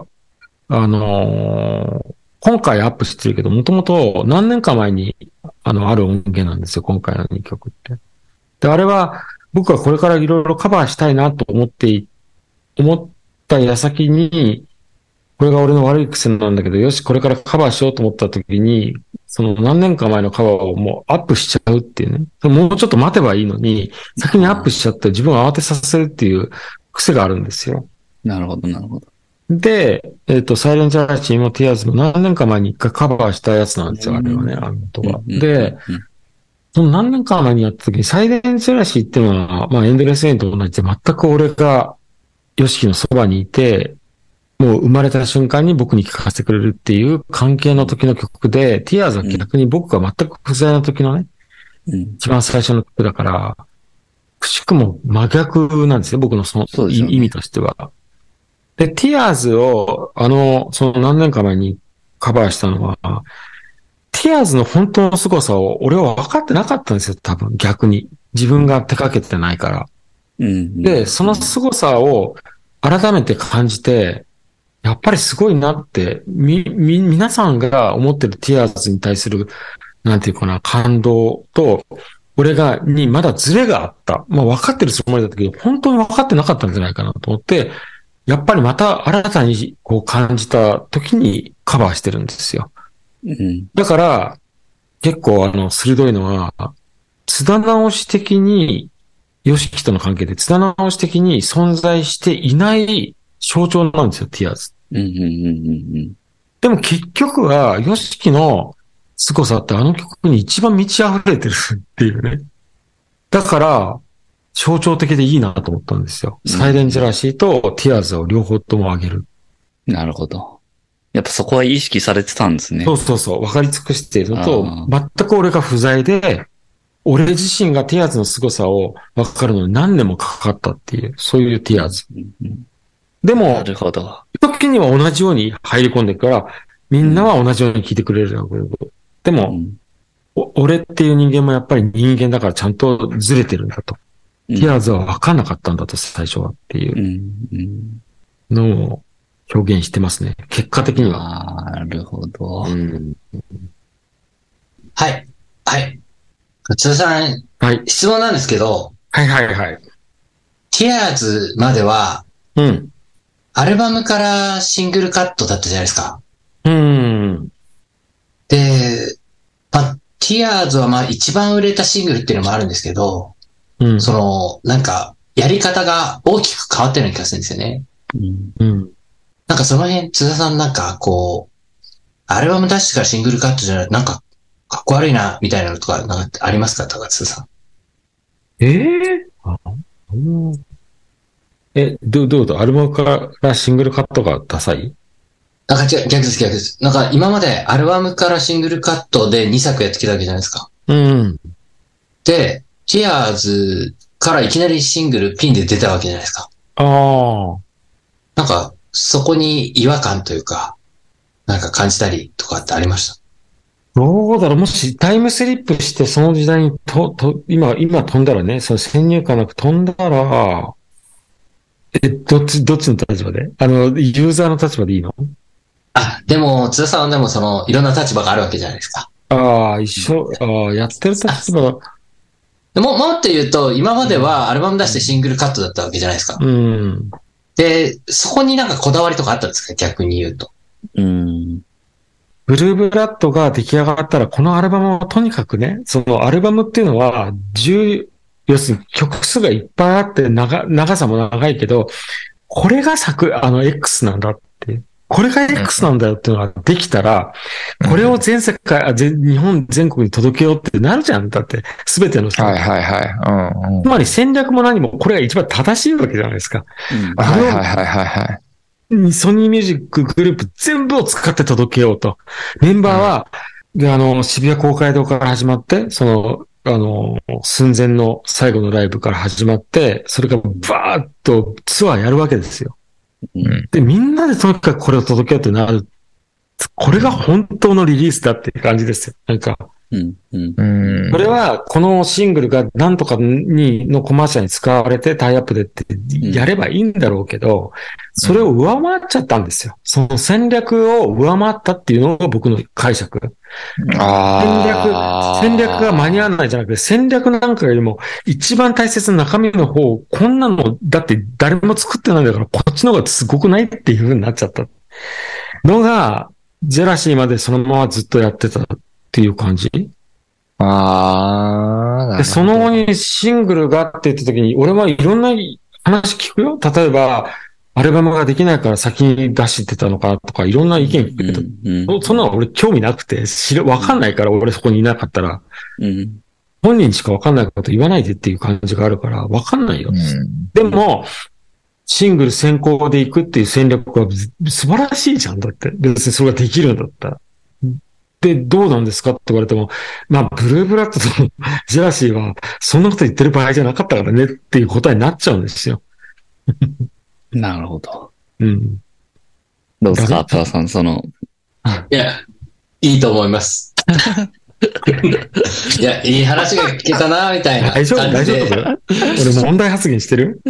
今回アップしてるけど、もともと何年か前に、ある音源なんですよ、今回の2曲って。で、あれは、僕はこれからいろいろカバーしたいなと思った矢先に、これが俺の悪い癖なんだけど、よし、これからカバーしようと思った時に、その何年か前のカバーをもうアップしちゃうっていうね。もうちょっと待てばいいのに、先にアップしちゃって自分を慌てさせるっていう癖があるんですよ。 なるほど、なるほど。 で、サイレンジャーシーもティアーズも何年か前に一回カバーしたやつなんですよ、あれはね、音は。で、その何年か前にやった時に、サイレンジェラシーっていうのは、まあ、エンドレスエンと同じで、全く俺が、ヨシキのそばにいて、もう生まれた瞬間に僕に聴かせてくれるっていう関係の時の曲で、ティアーズは逆に僕が全く不在の時のね、一番最初の曲だから、くしくも真逆なんですよ、僕のその意味としては。で、ティアーズを、その何年か前にカバーしたのは、ティアーズの本当の凄さを俺は分かってなかったんですよ、多分逆に。自分が手掛けてないから。で、その凄さを改めて感じて、やっぱりすごいなって、皆さんが思ってるティアーズに対する、なんていうかな、感動と、俺にまだズレがあった。まあ分かってるつもりだったけど、本当に分かってなかったんじゃないかなと思って、やっぱりまた新たにこう感じた時にカバーしてるんですよ。だから、結構鋭いのは、津田直し的に、ヨシキとの関係で津田直し的に存在していない象徴なんですよ、ティアーズ。でも結局は、ヨシキの凄さってあの曲に一番満ち溢れてるっていうね。だから、象徴的でいいなと思ったんですよ。サイレンジェラシーとティアーズを両方とも上げる。 なるほど。やっぱそこは意識されてたんですね。 そう。分かり尽くしているのと、全く俺が不在で、俺自身がティアーズの凄さを分かるのに何年もかかったっていう、そういうティアーズ。でも、 なるほど。 時には同じように入り込んでいくから、みんなは同じように聞いてくれる。でも、俺っていう人間もやっぱり人間だからちゃんとずれてるんだと。ティアーズは分かんなかったんだと、最初はっていうのを表現してますね。結果的には。 なるほど。 はい。津田さん、質問なんですけど。 はい。 ティアーズまでは、アルバムからシングルカットだったじゃないですか。 うん。 で、Tears は一番売れたシングルっていうのもあるんですけど、 うん、 なんか、やり方が大きく変わってるような気がするんですよね。 うん。 なんかその辺、津田さんなんかアルバム出してからシングルカットじゃない、なんか、かっこ悪いな、みたいなのとか、なんかありますか、高津さん。 どういうことアルバムからシングルカットがダサい？ なんか逆です、逆です。なんか今までアルバムからシングルカットで2作やってきたわけじゃないですか。 うん。 で、Tears からいきなりシングルピンで出たわけじゃないですか。 ああ。 なんか、そこに違和感というか、なんか感じたりとかってありました？ どうだろうもしタイムスリップしてその時代に今飛んだらね、その先入観なく飛んだら、どっちの立場でユーザーの立場でいいの？ でも、津田さんはでもいろんな立場があるわけじゃないですか。 やってる立場。 もっと言うと、今まではアルバム出してシングルカットだったわけじゃないですか。 うん。 で、そこになんかこだわりとかあったんですか、逆に言うと。 うん。 ブルーブラッドが出来上がったら、このアルバムはとにかくね、そのアルバムっていうのは、要するに曲数がいっぱいあって長さも長いけど、これがX なんだって。これが X なんだよっていうのができたら、これを全世界、日本全国に届けようってなるじゃん。だって、すべての人。 はいはいはい。 つまり戦略も何も、これが一番正しいわけじゃないですか。 はいはいはいはい。 ソニーミュージックグループ全部を使って届けようと。メンバーは、渋谷公会堂から始まって、寸前の最後のライブから始まって、それがバーッとツアーやるわけですよ。で、みんなでとにかくこれを届けようってなる。これが本当のリリースだっていう感じですよ。なんか。それは、このシングルが何とかのコマーシャルに使われてタイアップでってやればいいんだろうけど、それを上回っちゃったんですよ。その戦略を上回ったっていうのが僕の解釈。戦略が間に合わないじゃなくて、戦略なんかよりも一番大切な中身の方、こんなの、だって誰も作ってないんだから、こっちの方がすごくないっていう風になっちゃったのが、ジェラシーまでそのままずっとやってたっていう感じ。で、その後にシングルがって言った時に、俺はいろんな話聞くよ。例えば、アルバムができないから先に出してたのかとか、いろんな意見聞くけど、そんなの俺興味なくて、わかんないから俺そこにいなかったら、本人しかわかんないこと言わないでっていう感じがあるから、わかんないよ。でも、シングル先行で行くっていう戦略は素晴らしいじゃん。だって。別にそれができるんだったら。で、どうなんですかって言われても、ブルーブラッドとジェラシーは、そんなこと言ってる場合じゃなかったからねっていう答えになっちゃうんですよ。 なるほど。 うん。 どうですか、アプラさん、 いや、いいと思います。いや、いい話が聞けたな、みたいな感じで。 大丈夫俺問題発言してる？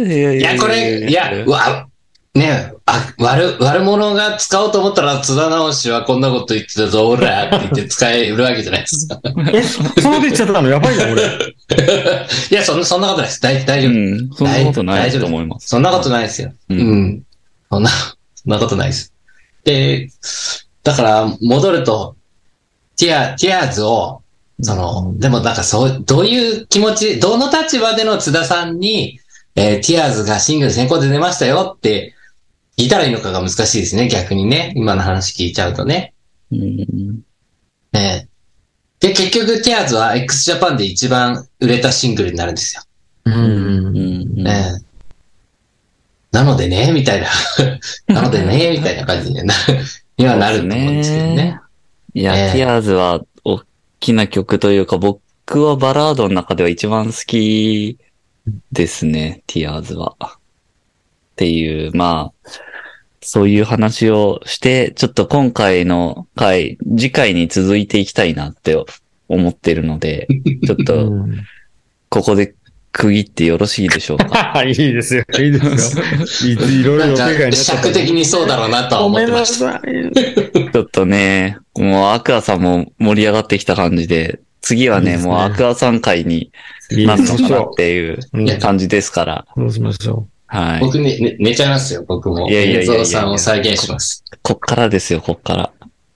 悪者が使おうと思ったら、津田直しはこんなこと言ってたぞ、俺らって言って使えるわけじゃないですか。 そので言っちゃったのやばいな、俺。 いや、そんなことないです。大丈夫。 そんなことないと思います。 そんなことないですよ。そんなことないです。で、だから、戻ると、ティアーズを、でもなんかどういう気持ち、どの立場での津田さんに、ティアーズがシングル先行で出ましたよって聞いたらいいのかが難しいですね、逆にね。今の話聞いちゃうとね。で、結局ティアーズは x ジャパンで一番売れたシングルになるんですよ。なのでね、みたいな。なのでね、みたいな感じにはなると思うんですけどね。 いや、ティアーズは大きな曲というか、僕はバラードの中では一番好きですね、ティアーズは。っていう、そういう話をして、ちょっと今回の回、次回に続いていきたいなって思ってるので、ちょっと、ここで区切ってよろしいでしょうか。 いいですよ。いいですよ。いろいろ予定外になっちゃった。 尺的にそうだろうなとは思ってました。 ちょっとね、もうアクアさんも盛り上がってきた感じで、次はね、もうアクアさん会になるのかなっていう感じですから。 どうしましょう。 はい。 僕寝ちゃいますよ、僕も。映像さんを再現します。 こっからですよ、こっから。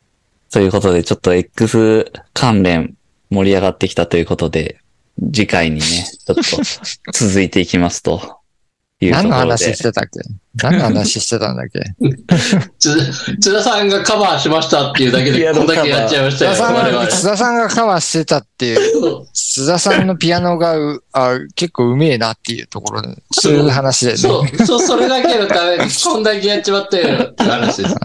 ということで、ちょっと X 関連盛り上がってきたということで、次回にね、ちょっと続いていきますというところで。 何の話してたっけ？何の話してたんだっけ？ 津田さんがカバーしましたっていうだけで、こんだけやっちゃいましたよ。 津田さんがカバーしてたっていう、津田さんのピアノが結構うめえなっていうところで、そういう話でね。 そう、それだけのために、こんだけやっちまったよって話です。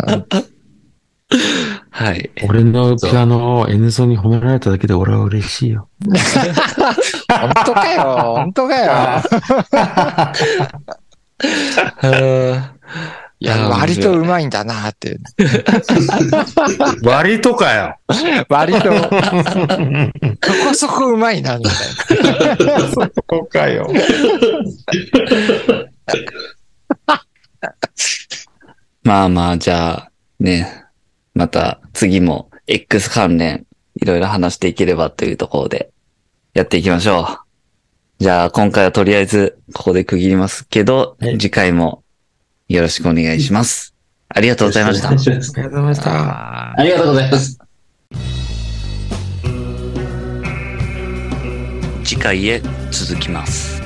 はい。 俺のピアノを N ゾンに褒められただけで俺は嬉しいよ。 本当かよ、本当かよ。いや、割とうまいんだなって。 割とかよ。 割と。そこそこうまいな、みたいな。 そこかよ。 まあまあ、じゃあ、ね。また次も X 関連いろいろ話していければというところでやっていきましょう。じゃあ今回はとりあえずここで区切りますけど、次回もよろしくお願いします。ありがとうございました。 ありがとうございました。 ありがとうございます。 次回へ続きます。